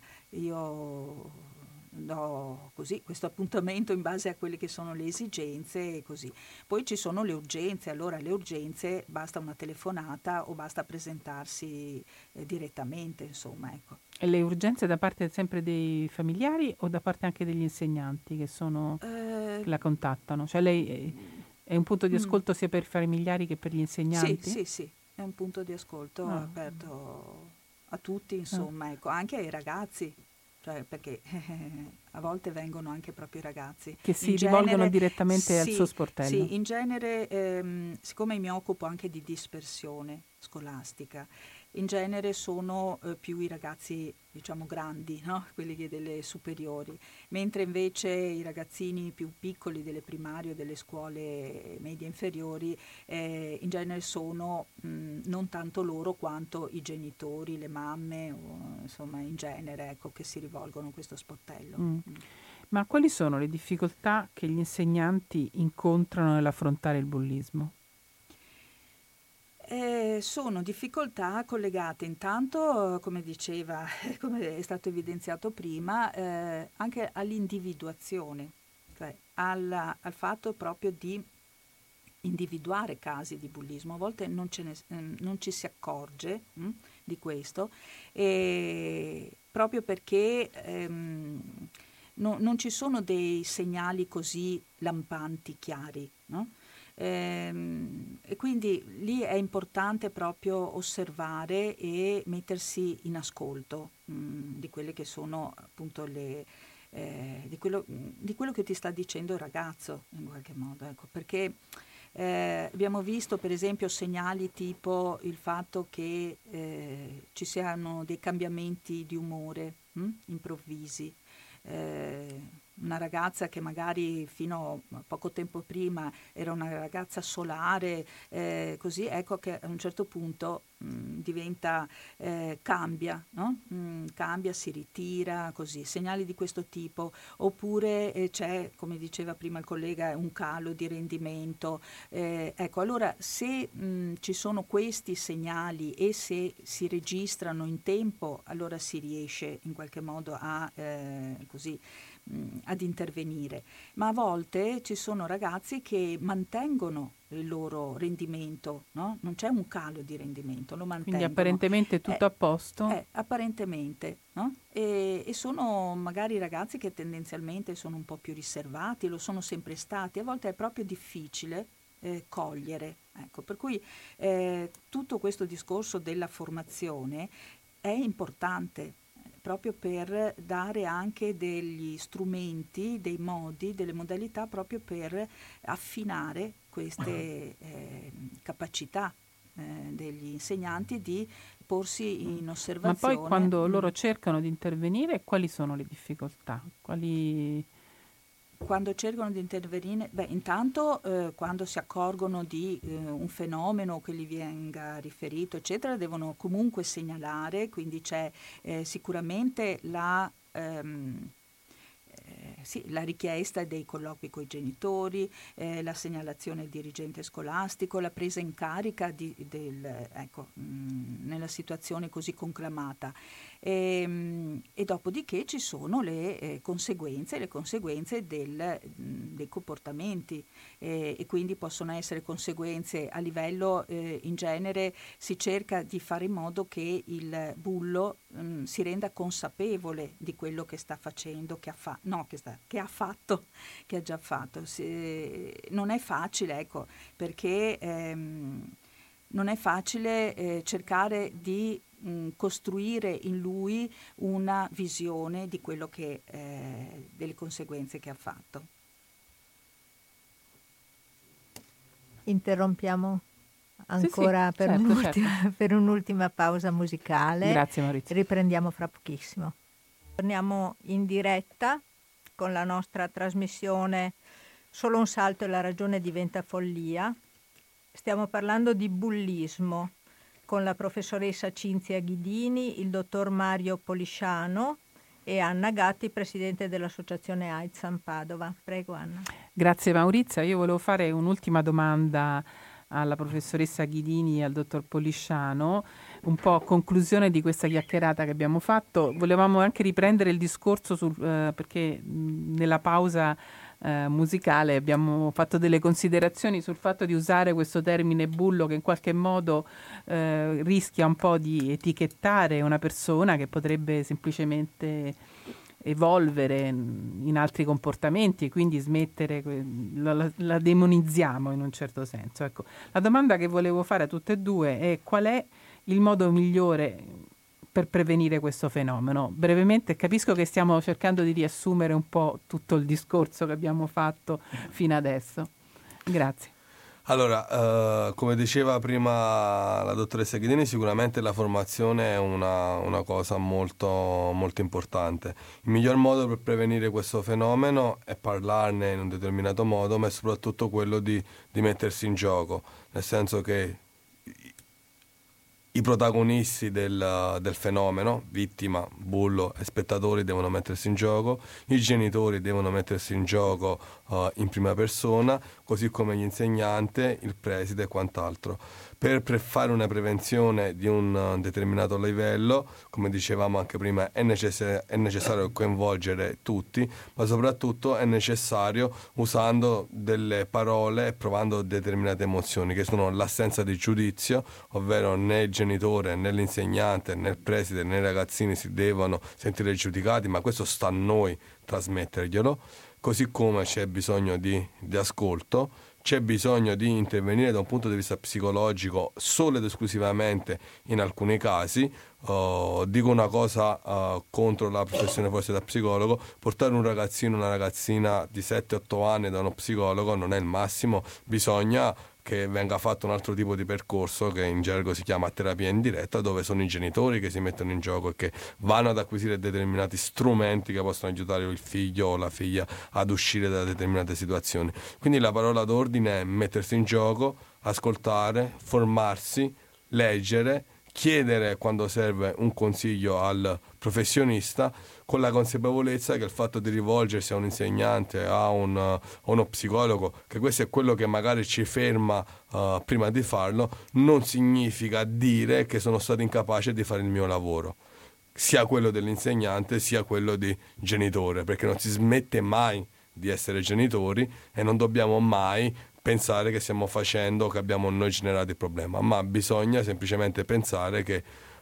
io do così questo appuntamento in base a quelle che sono le esigenze e così. Poi ci sono le urgenze, allora le urgenze basta una telefonata o basta presentarsi eh, direttamente, insomma, ecco. E le urgenze da parte sempre dei familiari o da parte anche degli insegnanti che sono Eh, che la contattano? Cioè lei è, è un punto di ascolto mm. sia per i familiari che per gli insegnanti? Sì, sì, sì, è un punto di ascolto ah. aperto a tutti, insomma, ah. ecco, anche ai ragazzi. Cioè, perché eh, a volte vengono anche proprio i ragazzi. Che si in rivolgono genere, direttamente sì, al suo sportello. Sì, in genere, ehm, siccome mi occupo anche di dispersione scolastica, in genere sono eh, più i ragazzi, diciamo, grandi, no? Quelli delle superiori, mentre invece i ragazzini più piccoli delle primarie o delle scuole medie inferiori eh, in genere sono mh, non tanto loro quanto i genitori, le mamme, o, insomma in genere, ecco, che si rivolgono a questo sportello. Mm. Mm. Ma quali sono le difficoltà che gli insegnanti incontrano nell'affrontare il bullismo? Eh, sono difficoltà collegate intanto, come diceva, come è stato evidenziato prima, eh, anche all'individuazione, cioè alla, al fatto proprio di individuare casi di bullismo. A volte non, ce ne, eh, non ci si accorge mh, di questo, e proprio perché ehm, no, non ci sono dei segnali così lampanti, chiari, no? Ehm, e quindi lì è importante proprio osservare e mettersi in ascolto mh, di quelle che sono appunto le eh, di, quello, di quello che ti sta dicendo il ragazzo in qualche modo, ecco, perché Eh, abbiamo visto per esempio segnali tipo il fatto che eh, ci siano dei cambiamenti di umore hm? improvvisi. Eh, una ragazza che magari fino a poco tempo prima era una ragazza solare, eh, così ecco che a un certo punto mh, diventa, eh, cambia, no? mh, cambia, si ritira, così, segnali di questo tipo, oppure eh, c'è, come diceva prima il collega, un calo di rendimento. Eh, ecco, allora se mh, ci sono questi segnali e se si registrano in tempo, allora si riesce in qualche modo a eh, così ad intervenire, ma a volte ci sono ragazzi che mantengono il loro rendimento, no? Non c'è un calo di rendimento, lo mantengono. Quindi apparentemente è tutto eh, a posto? Eh, apparentemente, no? E, e sono magari ragazzi che tendenzialmente sono un po' più riservati, lo sono sempre stati, a volte è proprio difficile eh, cogliere. Ecco, per cui eh, tutto questo discorso della formazione è importante, proprio per dare anche degli strumenti, dei modi, delle modalità proprio per affinare queste eh, capacità eh, degli insegnanti di porsi in osservazione. Ma poi quando loro cercano di intervenire, quali sono le difficoltà? Quali... Quando cercano di intervenire, beh, intanto eh, quando si accorgono di eh, un fenomeno che gli venga riferito, eccetera, devono comunque segnalare, quindi c'è eh, sicuramente la, ehm, eh, sì, la richiesta dei colloqui con i genitori, eh, la segnalazione al dirigente scolastico, la presa in carica di, del, ecco, mh, nella situazione così conclamata. E, e dopodiché ci sono le eh, conseguenze, le conseguenze del, mh, dei comportamenti eh, e quindi possono essere conseguenze a livello, eh, in genere si cerca di fare in modo che il bullo mh, si renda consapevole di quello che sta facendo, che ha, fa- no, che sta, che ha fatto, che ha già fatto. Si, non è facile, ecco, perché ehm, non è facile eh, cercare di costruire in lui una visione di quello che eh, delle conseguenze che ha fatto. Interrompiamo ancora sì, sì, per, certo, un'ultima, certo. per un'ultima pausa musicale. Grazie Maurizio. Riprendiamo fra pochissimo. Torniamo in diretta con la nostra trasmissione Solo un salto e la ragione diventa follia. Stiamo parlando di bullismo con la professoressa Cinzia Ghidini, il dottor Mario Polisciano e Anna Gatti, presidente dell'associazione AIDS San Padova. Prego Anna. Grazie Maurizia, io volevo fare un'ultima domanda alla professoressa Ghidini e al dottor Polisciano, un po' a conclusione di questa chiacchierata che abbiamo fatto. Volevamo anche riprendere il discorso sul, eh, perché mh, nella pausa eh, musicale abbiamo fatto delle considerazioni sul fatto di usare questo termine bullo che in qualche modo eh, rischia un po' di etichettare una persona che potrebbe semplicemente evolvere in altri comportamenti e quindi smettere, la, la, la demonizziamo in un certo senso. Ecco, la domanda che volevo fare a tutte e due è: qual è il modo migliore per prevenire questo fenomeno? Brevemente, capisco che stiamo cercando di riassumere un po' tutto il discorso che abbiamo fatto fino adesso. Grazie. Allora, eh, come diceva prima la dottoressa Ghidini, sicuramente la formazione è una, una cosa molto, molto importante. Il miglior modo per prevenire questo fenomeno è parlarne in un determinato modo, ma è soprattutto quello di, di mettersi in gioco, nel senso che i protagonisti del, del fenomeno, vittima, bullo e spettatori, devono mettersi in gioco, i genitori devono mettersi in gioco uh, in prima persona, così come gli insegnanti, il preside e quant'altro. Per, per fare una prevenzione di un uh, determinato livello, come dicevamo anche prima, è, necess- è necessario coinvolgere tutti, ma soprattutto è necessario usando delle parole e provando determinate emozioni, che sono l'assenza di giudizio, ovvero né il genitore, né l'insegnante, né il preside, né i ragazzini si devono sentire giudicati, ma questo sta a noi trasmetterglielo, così come c'è bisogno di, di ascolto, c'è bisogno di intervenire da un punto di vista psicologico solo ed esclusivamente in alcuni casi. Uh, dico una cosa uh, contro la professione forse da psicologo: portare un ragazzino, una ragazzina di sette otto anni da uno psicologo non è il massimo, bisogna che venga fatto un altro tipo di percorso che in gergo si chiama terapia indiretta, dove sono i genitori che si mettono in gioco e che vanno ad acquisire determinati strumenti che possono aiutare il figlio o la figlia ad uscire da determinate situazioni. Quindi la parola d'ordine è mettersi in gioco, ascoltare, formarsi, leggere, chiedere quando serve un consiglio al professionista, con la consapevolezza che il fatto di rivolgersi a un insegnante, a, un, a uno psicologo, che questo è quello che magari ci ferma uh, prima di farlo, non significa dire che sono stato incapace di fare il mio lavoro, sia quello dell'insegnante sia quello di genitore, perché non si smette mai di essere genitori e non dobbiamo mai pensare che stiamo facendo, che abbiamo noi generato il problema, ma bisogna semplicemente pensare che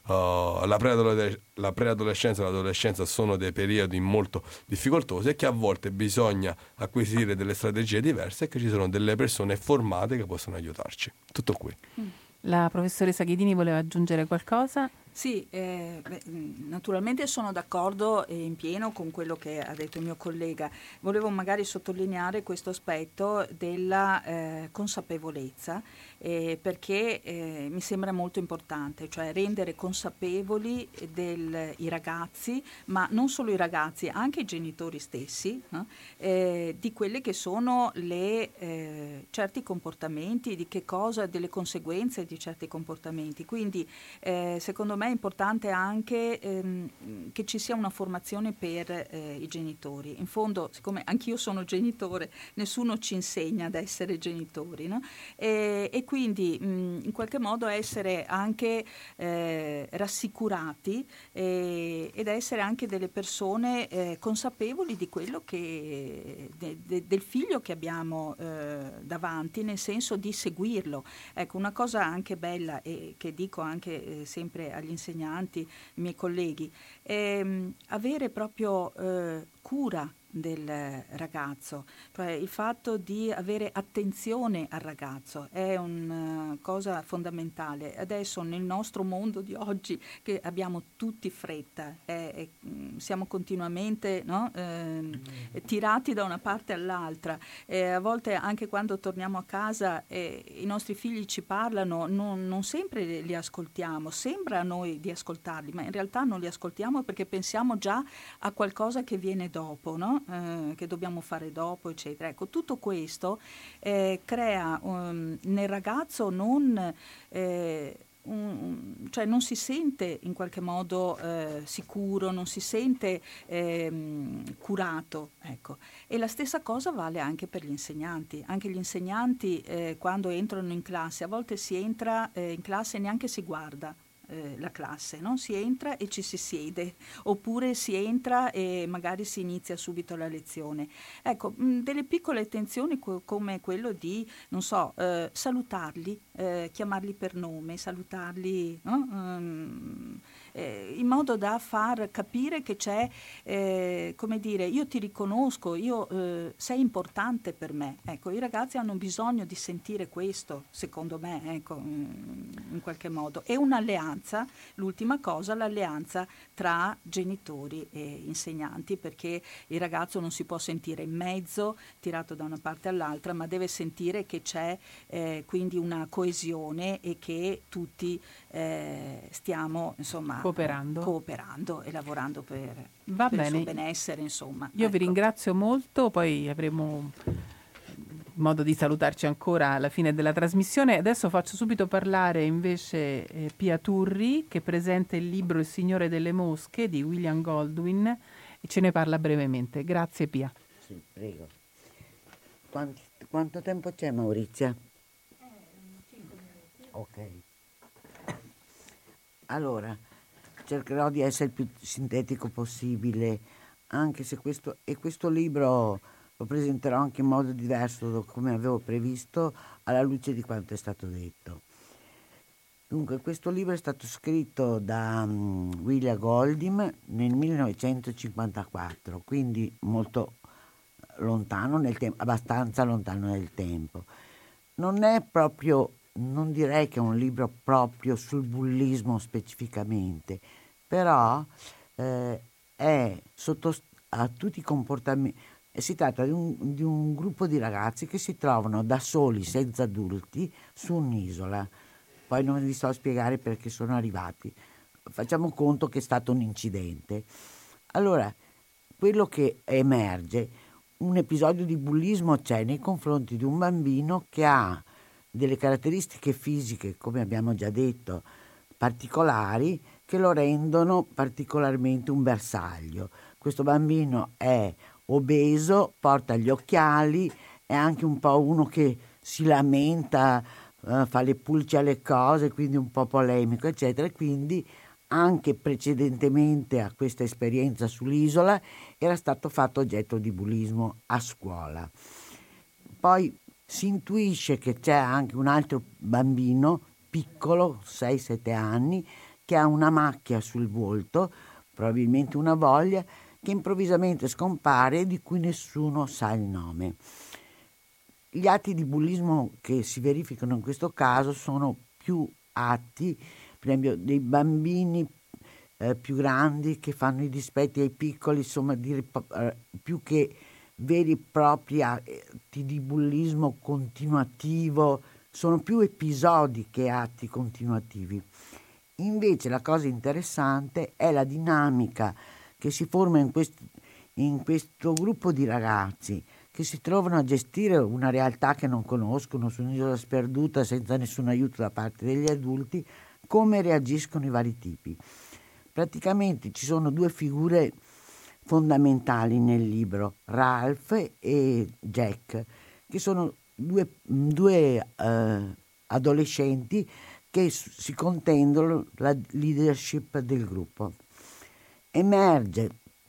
uh, la, preadolesc- la preadolescenza e l'adolescenza sono dei periodi molto difficoltosi e che a volte bisogna acquisire delle strategie diverse e che ci sono delle persone formate che possono aiutarci. Tutto qui. La professoressa Ghidini voleva aggiungere qualcosa? Sì, eh, beh, naturalmente sono d'accordo in pieno con quello che ha detto il mio collega. Volevo magari sottolineare questo aspetto della eh, consapevolezza, eh, perché eh, mi sembra molto importante, cioè rendere consapevoli del, i ragazzi, ma non solo i ragazzi, anche i genitori stessi, no? eh, di quelle che sono le, eh, certi comportamenti, di che cosa, delle conseguenze di certi comportamenti. Quindi eh, secondo me è importante anche ehm, che ci sia una formazione per eh, i genitori. In fondo, siccome anch'io sono genitore, nessuno ci insegna ad essere genitori, no? e, e quindi mh, in qualche modo essere anche eh, rassicurati eh, ed essere anche delle persone eh, consapevoli di quello che de, de, del figlio che abbiamo eh, davanti, nel senso di seguirlo. Ecco, una cosa anche bella e che dico anche eh, sempre agli insegnanti, i miei colleghi, è mh, avere proprio eh, cura del ragazzo, cioè il fatto di avere attenzione al ragazzo è una cosa fondamentale. Adesso nel nostro mondo di oggi, che abbiamo tutti fretta, è, è, siamo continuamente no? eh, tirati da una parte all'altra, eh, a volte anche quando torniamo a casa eh, i nostri figli ci parlano, non, non sempre li ascoltiamo, sembra a noi di ascoltarli, ma in realtà non li ascoltiamo perché pensiamo già a qualcosa che viene dopo, no? Eh, che dobbiamo fare dopo, eccetera. Ecco, tutto questo eh, crea um, nel ragazzo non, eh, un, cioè non si sente in qualche modo eh, sicuro, non si sente eh, curato, ecco. E la stessa cosa vale anche per gli insegnanti. Anche gli insegnanti eh, quando entrano in classe, a volte si entra eh, in classe e neanche si guarda la classe, no? Si entra e ci si siede, oppure si entra e magari si inizia subito la lezione. Ecco, mh, delle piccole attenzioni co- come quello di, non so, eh, salutarli, eh, chiamarli per nome, salutarli, no? um, eh, in modo da far capire che c'è, eh, come dire, io ti riconosco, io, eh, sei importante per me. Ecco, i ragazzi hanno bisogno di sentire questo, secondo me, ecco, in qualche modo. E un'alleanza, l'ultima cosa, l'alleanza tra genitori e insegnanti, perché il ragazzo non si può sentire in mezzo, tirato da una parte all'altra, ma deve sentire che c'è eh, quindi una coesione e che tutti eh, stiamo, insomma, Cooperando. cooperando e lavorando per, Va per il bene. suo benessere, insomma. Io ecco. vi ringrazio molto, poi avremo modo di salutarci ancora alla fine della trasmissione. Adesso faccio subito parlare invece eh, Pia Turri, che presenta il libro Il Signore delle Mosche di William Goldwyn e ce ne parla brevemente. Grazie Pia. Sì, prego. Quanto, quanto tempo c'è, Maurizia? Ok. Allora, cercherò di essere il più sintetico possibile, anche se questo, e questo libro lo presenterò anche in modo diverso, come avevo previsto, alla luce di quanto è stato detto. Dunque, questo libro è stato scritto da um, William Goldwyn nel millenovecentocinquantaquattro, quindi molto lontano nel tempo, abbastanza lontano nel tempo. non è proprio, non direi che è un libro proprio sul bullismo specificamente, però eh, è sotto a tutti i comportamenti. Si tratta di un, di un gruppo di ragazzi che si trovano da soli, senza adulti, su un'isola. Poi non vi so spiegare perché sono arrivati. Facciamo conto che è stato un incidente. Allora, quello che emerge, un episodio di bullismo c'è nei confronti di un bambino che ha delle caratteristiche fisiche, come abbiamo già detto, particolari, che lo rendono particolarmente un bersaglio. Questo bambino è obeso, porta gli occhiali, è anche un po' uno che si lamenta, eh, fa le pulci alle cose, quindi un po' polemico, eccetera. Quindi anche precedentemente a questa esperienza sull'isola era stato fatto oggetto di bullismo a scuola. Poi si intuisce che c'è anche un altro bambino piccolo, sei sette anni, che ha una macchia sul volto, probabilmente una voglia, che improvvisamente scompare e di cui nessuno sa il nome. Gli atti di bullismo che si verificano in questo caso sono più atti, per esempio, dei bambini eh, più grandi che fanno i dispetti ai piccoli, insomma, dire, eh, più che veri e propri atti di bullismo continuativo, sono più episodi che atti continuativi. Invece la cosa interessante è la dinamica che si forma in, quest- in questo gruppo di ragazzi che si trovano a gestire una realtà che non conoscono su un'isola sperduta senza nessun aiuto da parte degli adulti, come reagiscono i vari tipi. Praticamente ci sono due figure fondamentali nel libro, Ralph e Jack, che sono due, due eh, adolescenti che si contendono la leadership del gruppo. Emerge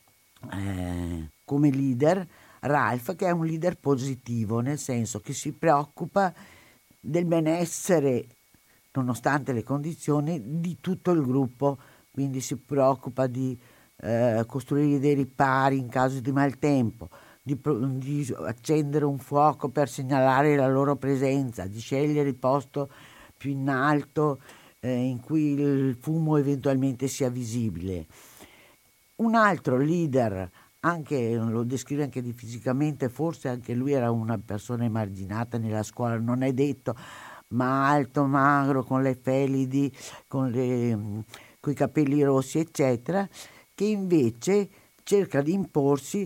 eh, come leader Ralph, che è un leader positivo, nel senso che si preoccupa del benessere, nonostante le condizioni, di tutto il gruppo, quindi si preoccupa di eh, costruire dei ripari in caso di maltempo, di, di accendere un fuoco per segnalare la loro presenza, di scegliere il posto più in alto eh, in cui il fumo eventualmente sia visibile. Un altro leader, anche lo descrive anche di fisicamente, forse anche lui era una persona emarginata nella scuola, non è detto, ma alto, magro, con le felidi, con le, con i capelli rossi, eccetera, che invece cerca di imporsi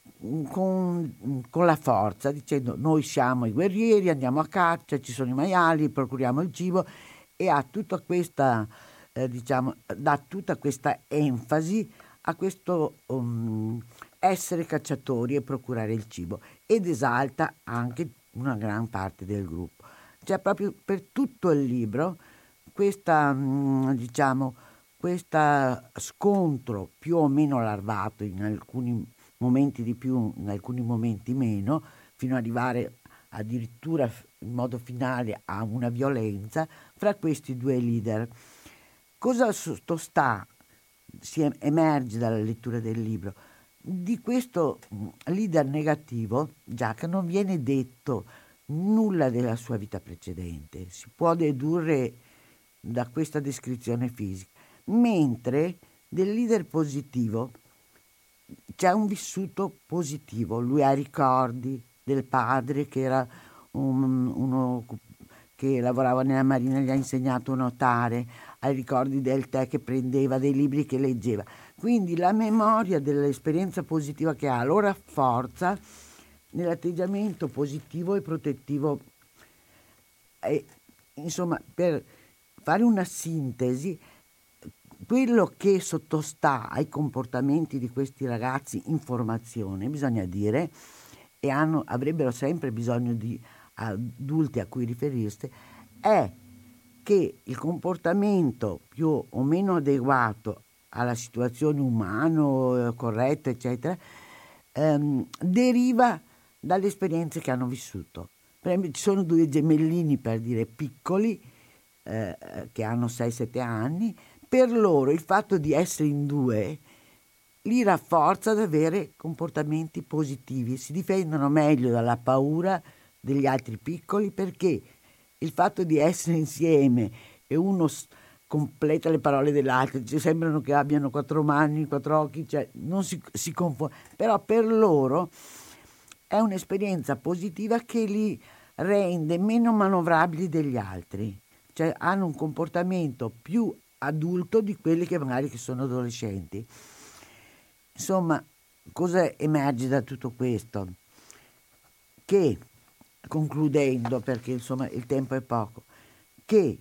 con, con la forza, dicendo noi siamo i guerrieri, andiamo a caccia, ci sono i maiali, procuriamo il cibo, e ha tutta questa, eh, diciamo, dà tutta questa enfasi a questo um, essere cacciatori e procurare il cibo, ed esalta anche una gran parte del gruppo. Cioè proprio per tutto il libro questa, um, diciamo, questo scontro più o meno larvato, in alcuni momenti di più, in alcuni momenti meno, fino ad arrivare addirittura in modo finale a una violenza fra questi due leader. Cosa sottostà, si emerge dalla lettura del libro? Di questo leader negativo, Jack, non viene detto nulla della sua vita precedente, si può dedurre da questa descrizione fisica, mentre del leader positivo c'è un vissuto positivo. Lui ha ricordi del padre che era un, uno che lavorava nella marina, gli ha insegnato a nuotare, ha i ricordi del tè che prendeva, dei libri che leggeva. Quindi la memoria dell'esperienza positiva che ha lo rafforza nell'atteggiamento positivo e protettivo. E, insomma, per fare una sintesi, quello che sottostà ai comportamenti di questi ragazzi in formazione, bisogna dire, e hanno, avrebbero sempre bisogno di adulti a cui riferirsi, è che il comportamento più o meno adeguato alla situazione umana, corretto, eccetera, ehm, deriva dalle esperienze che hanno vissuto. Per esempio, ci sono due gemellini, per dire, piccoli, eh, che hanno sei sette anni. Per loro il fatto di essere in due li rafforza ad avere comportamenti positivi, si difendono meglio dalla paura degli altri piccoli, perché il fatto di essere insieme e uno s- completa le parole dell'altro, cioè, sembrano che abbiano quattro mani, quattro occhi, cioè non si, si confonde, però per loro è un'esperienza positiva che li rende meno manovrabili degli altri, cioè hanno un comportamento più adulto di quelli che magari che sono adolescenti. Insomma, cosa emerge da tutto questo? Che, concludendo, perché insomma il tempo è poco, che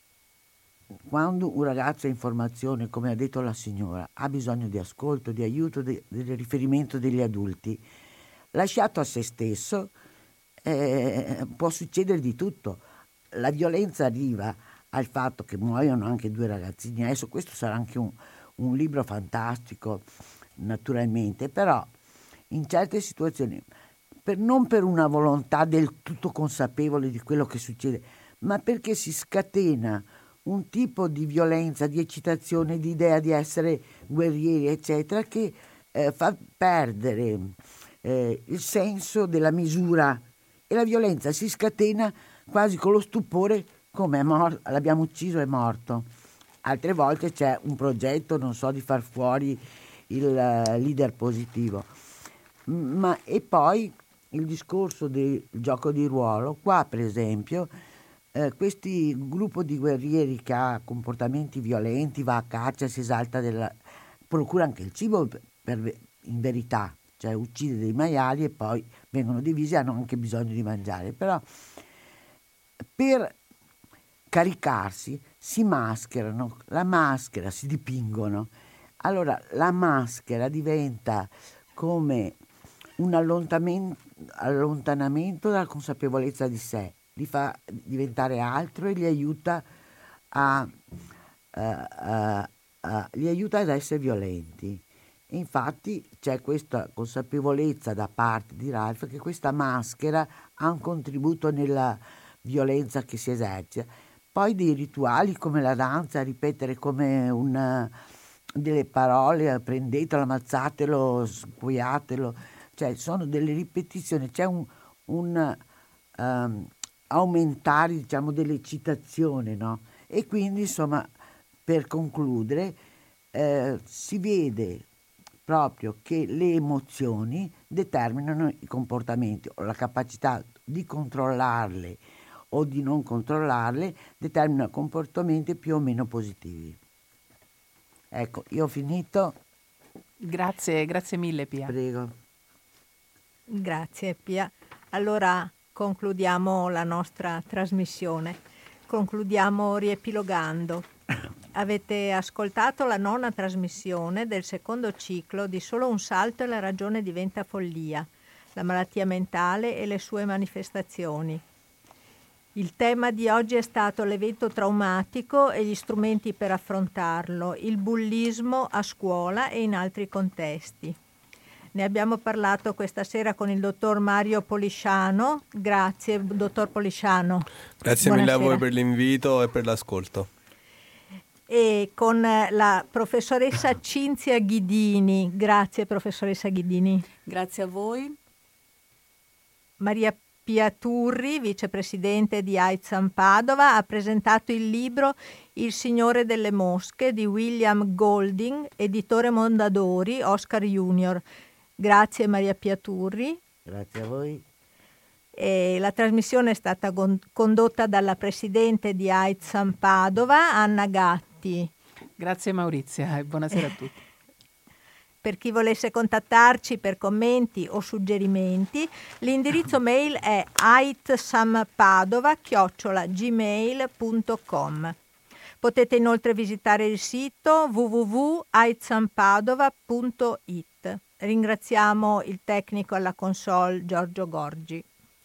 quando un ragazzo ha informazione, come ha detto la signora, ha bisogno di ascolto, di aiuto, di, di riferimento degli adulti, lasciato a se stesso, eh, può succedere di tutto. La violenza arriva al fatto che muoiono anche due ragazzini. Adesso questo sarà anche un, un libro fantastico, naturalmente, però in certe situazioni, per, non per una volontà del tutto consapevole di quello che succede, ma perché si scatena un tipo di violenza, di eccitazione, di idea di essere guerrieri, eccetera, che eh, fa perdere eh, il senso della misura, e la violenza si scatena quasi con lo stupore, come è mor- l'abbiamo ucciso, è morto. Altre volte c'è un progetto, non so, di far fuori il uh, leader positivo. M- ma e poi il discorso del gioco di ruolo, qua per esempio, eh, questi gruppo di guerrieri che ha comportamenti violenti, va a caccia, si esalta, della, procura anche il cibo per, per, in verità, cioè uccide dei maiali e poi vengono divisi e hanno anche bisogno di mangiare, però per caricarsi si mascherano, la maschera, si dipingono. Allora la maschera diventa come un allontanamento, allontanamento dalla consapevolezza di sé, li fa diventare altro e li aiuta a, uh, uh, uh, li aiuta ad essere violenti. E infatti c'è questa consapevolezza da parte di Ralph che questa maschera ha un contributo nella violenza che si esercita. Poi dei rituali come la danza, ripetere come una, delle parole, prendetelo, ammazzatelo, scuoiatelo, cioè sono delle ripetizioni, c'è un, un um, aumentare, diciamo, dell'eccitazione, no? E quindi insomma, per concludere, eh, si vede proprio che le emozioni determinano i comportamenti, o la capacità di controllarle o di non controllarle determina comportamenti più o meno positivi. Ecco, io ho finito. Grazie, grazie mille Pia. Prego. Grazie Pia. Allora concludiamo la nostra trasmissione. Concludiamo riepilogando. Avete ascoltato la nona trasmissione del secondo ciclo di Solo un salto e la ragione diventa follia, la malattia mentale e le sue manifestazioni. Il tema di oggi è stato l'evento traumatico e gli strumenti per affrontarlo, il bullismo a scuola e in altri contesti. Ne abbiamo parlato questa sera con il dottor Mario Polisciano. Grazie, dottor Polisciano. Grazie Buonasera. mille a voi per l'invito e per l'ascolto. E con la professoressa Cinzia Ghidini. Grazie, professoressa Ghidini. Grazie a voi. Maria Pia Turri, vicepresidente di AIDSAM Padova, ha presentato il libro Il Signore delle Mosche di William Golding, editore Mondadori, Oscar Junior. Grazie Maria Pia Turri. Grazie a voi. E la trasmissione è stata con- condotta dalla presidente di AIDSAM Padova, Anna Gatti. Grazie Maurizia e buonasera a tutti. Per chi volesse contattarci per commenti o suggerimenti, l'indirizzo mail è aidsampadova chiocciola gmail punto com. Potete inoltre visitare il sito w w w punto aidsampadova punto i t. Ringraziamo il tecnico alla console Giorgio Gorgi.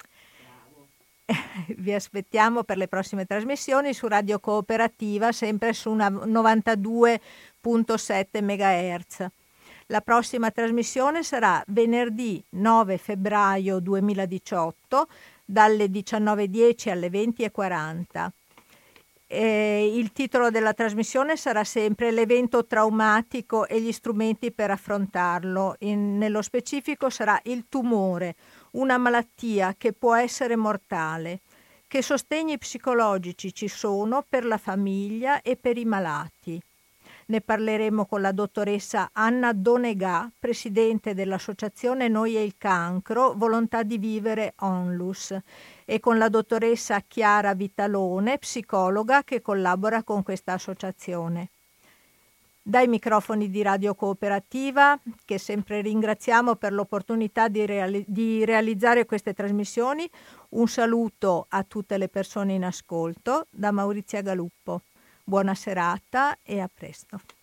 Vi aspettiamo per le prossime trasmissioni su Radio Cooperativa, sempre su una novantadue virgola sette megahertz. La prossima trasmissione sarà venerdì nove febbraio duemiladiciotto dalle diciannove e dieci alle venti e quaranta. E il titolo della trasmissione sarà sempre l'evento traumatico e gli strumenti per affrontarlo. In, nello specifico sarà il tumore, una malattia che può essere mortale. Che sostegni psicologici ci sono per la famiglia e per i malati? Ne parleremo con la dottoressa Anna Donegà, presidente dell'associazione Noi e il Cancro, Volontà di Vivere Onlus, e con la dottoressa Chiara Vitalone, psicologa che collabora con questa associazione. Dai microfoni di Radio Cooperativa, che sempre ringraziamo per l'opportunità di, reali- di realizzare queste trasmissioni, un saluto a tutte le persone in ascolto da Maurizia Galuppo. Buona serata e a presto.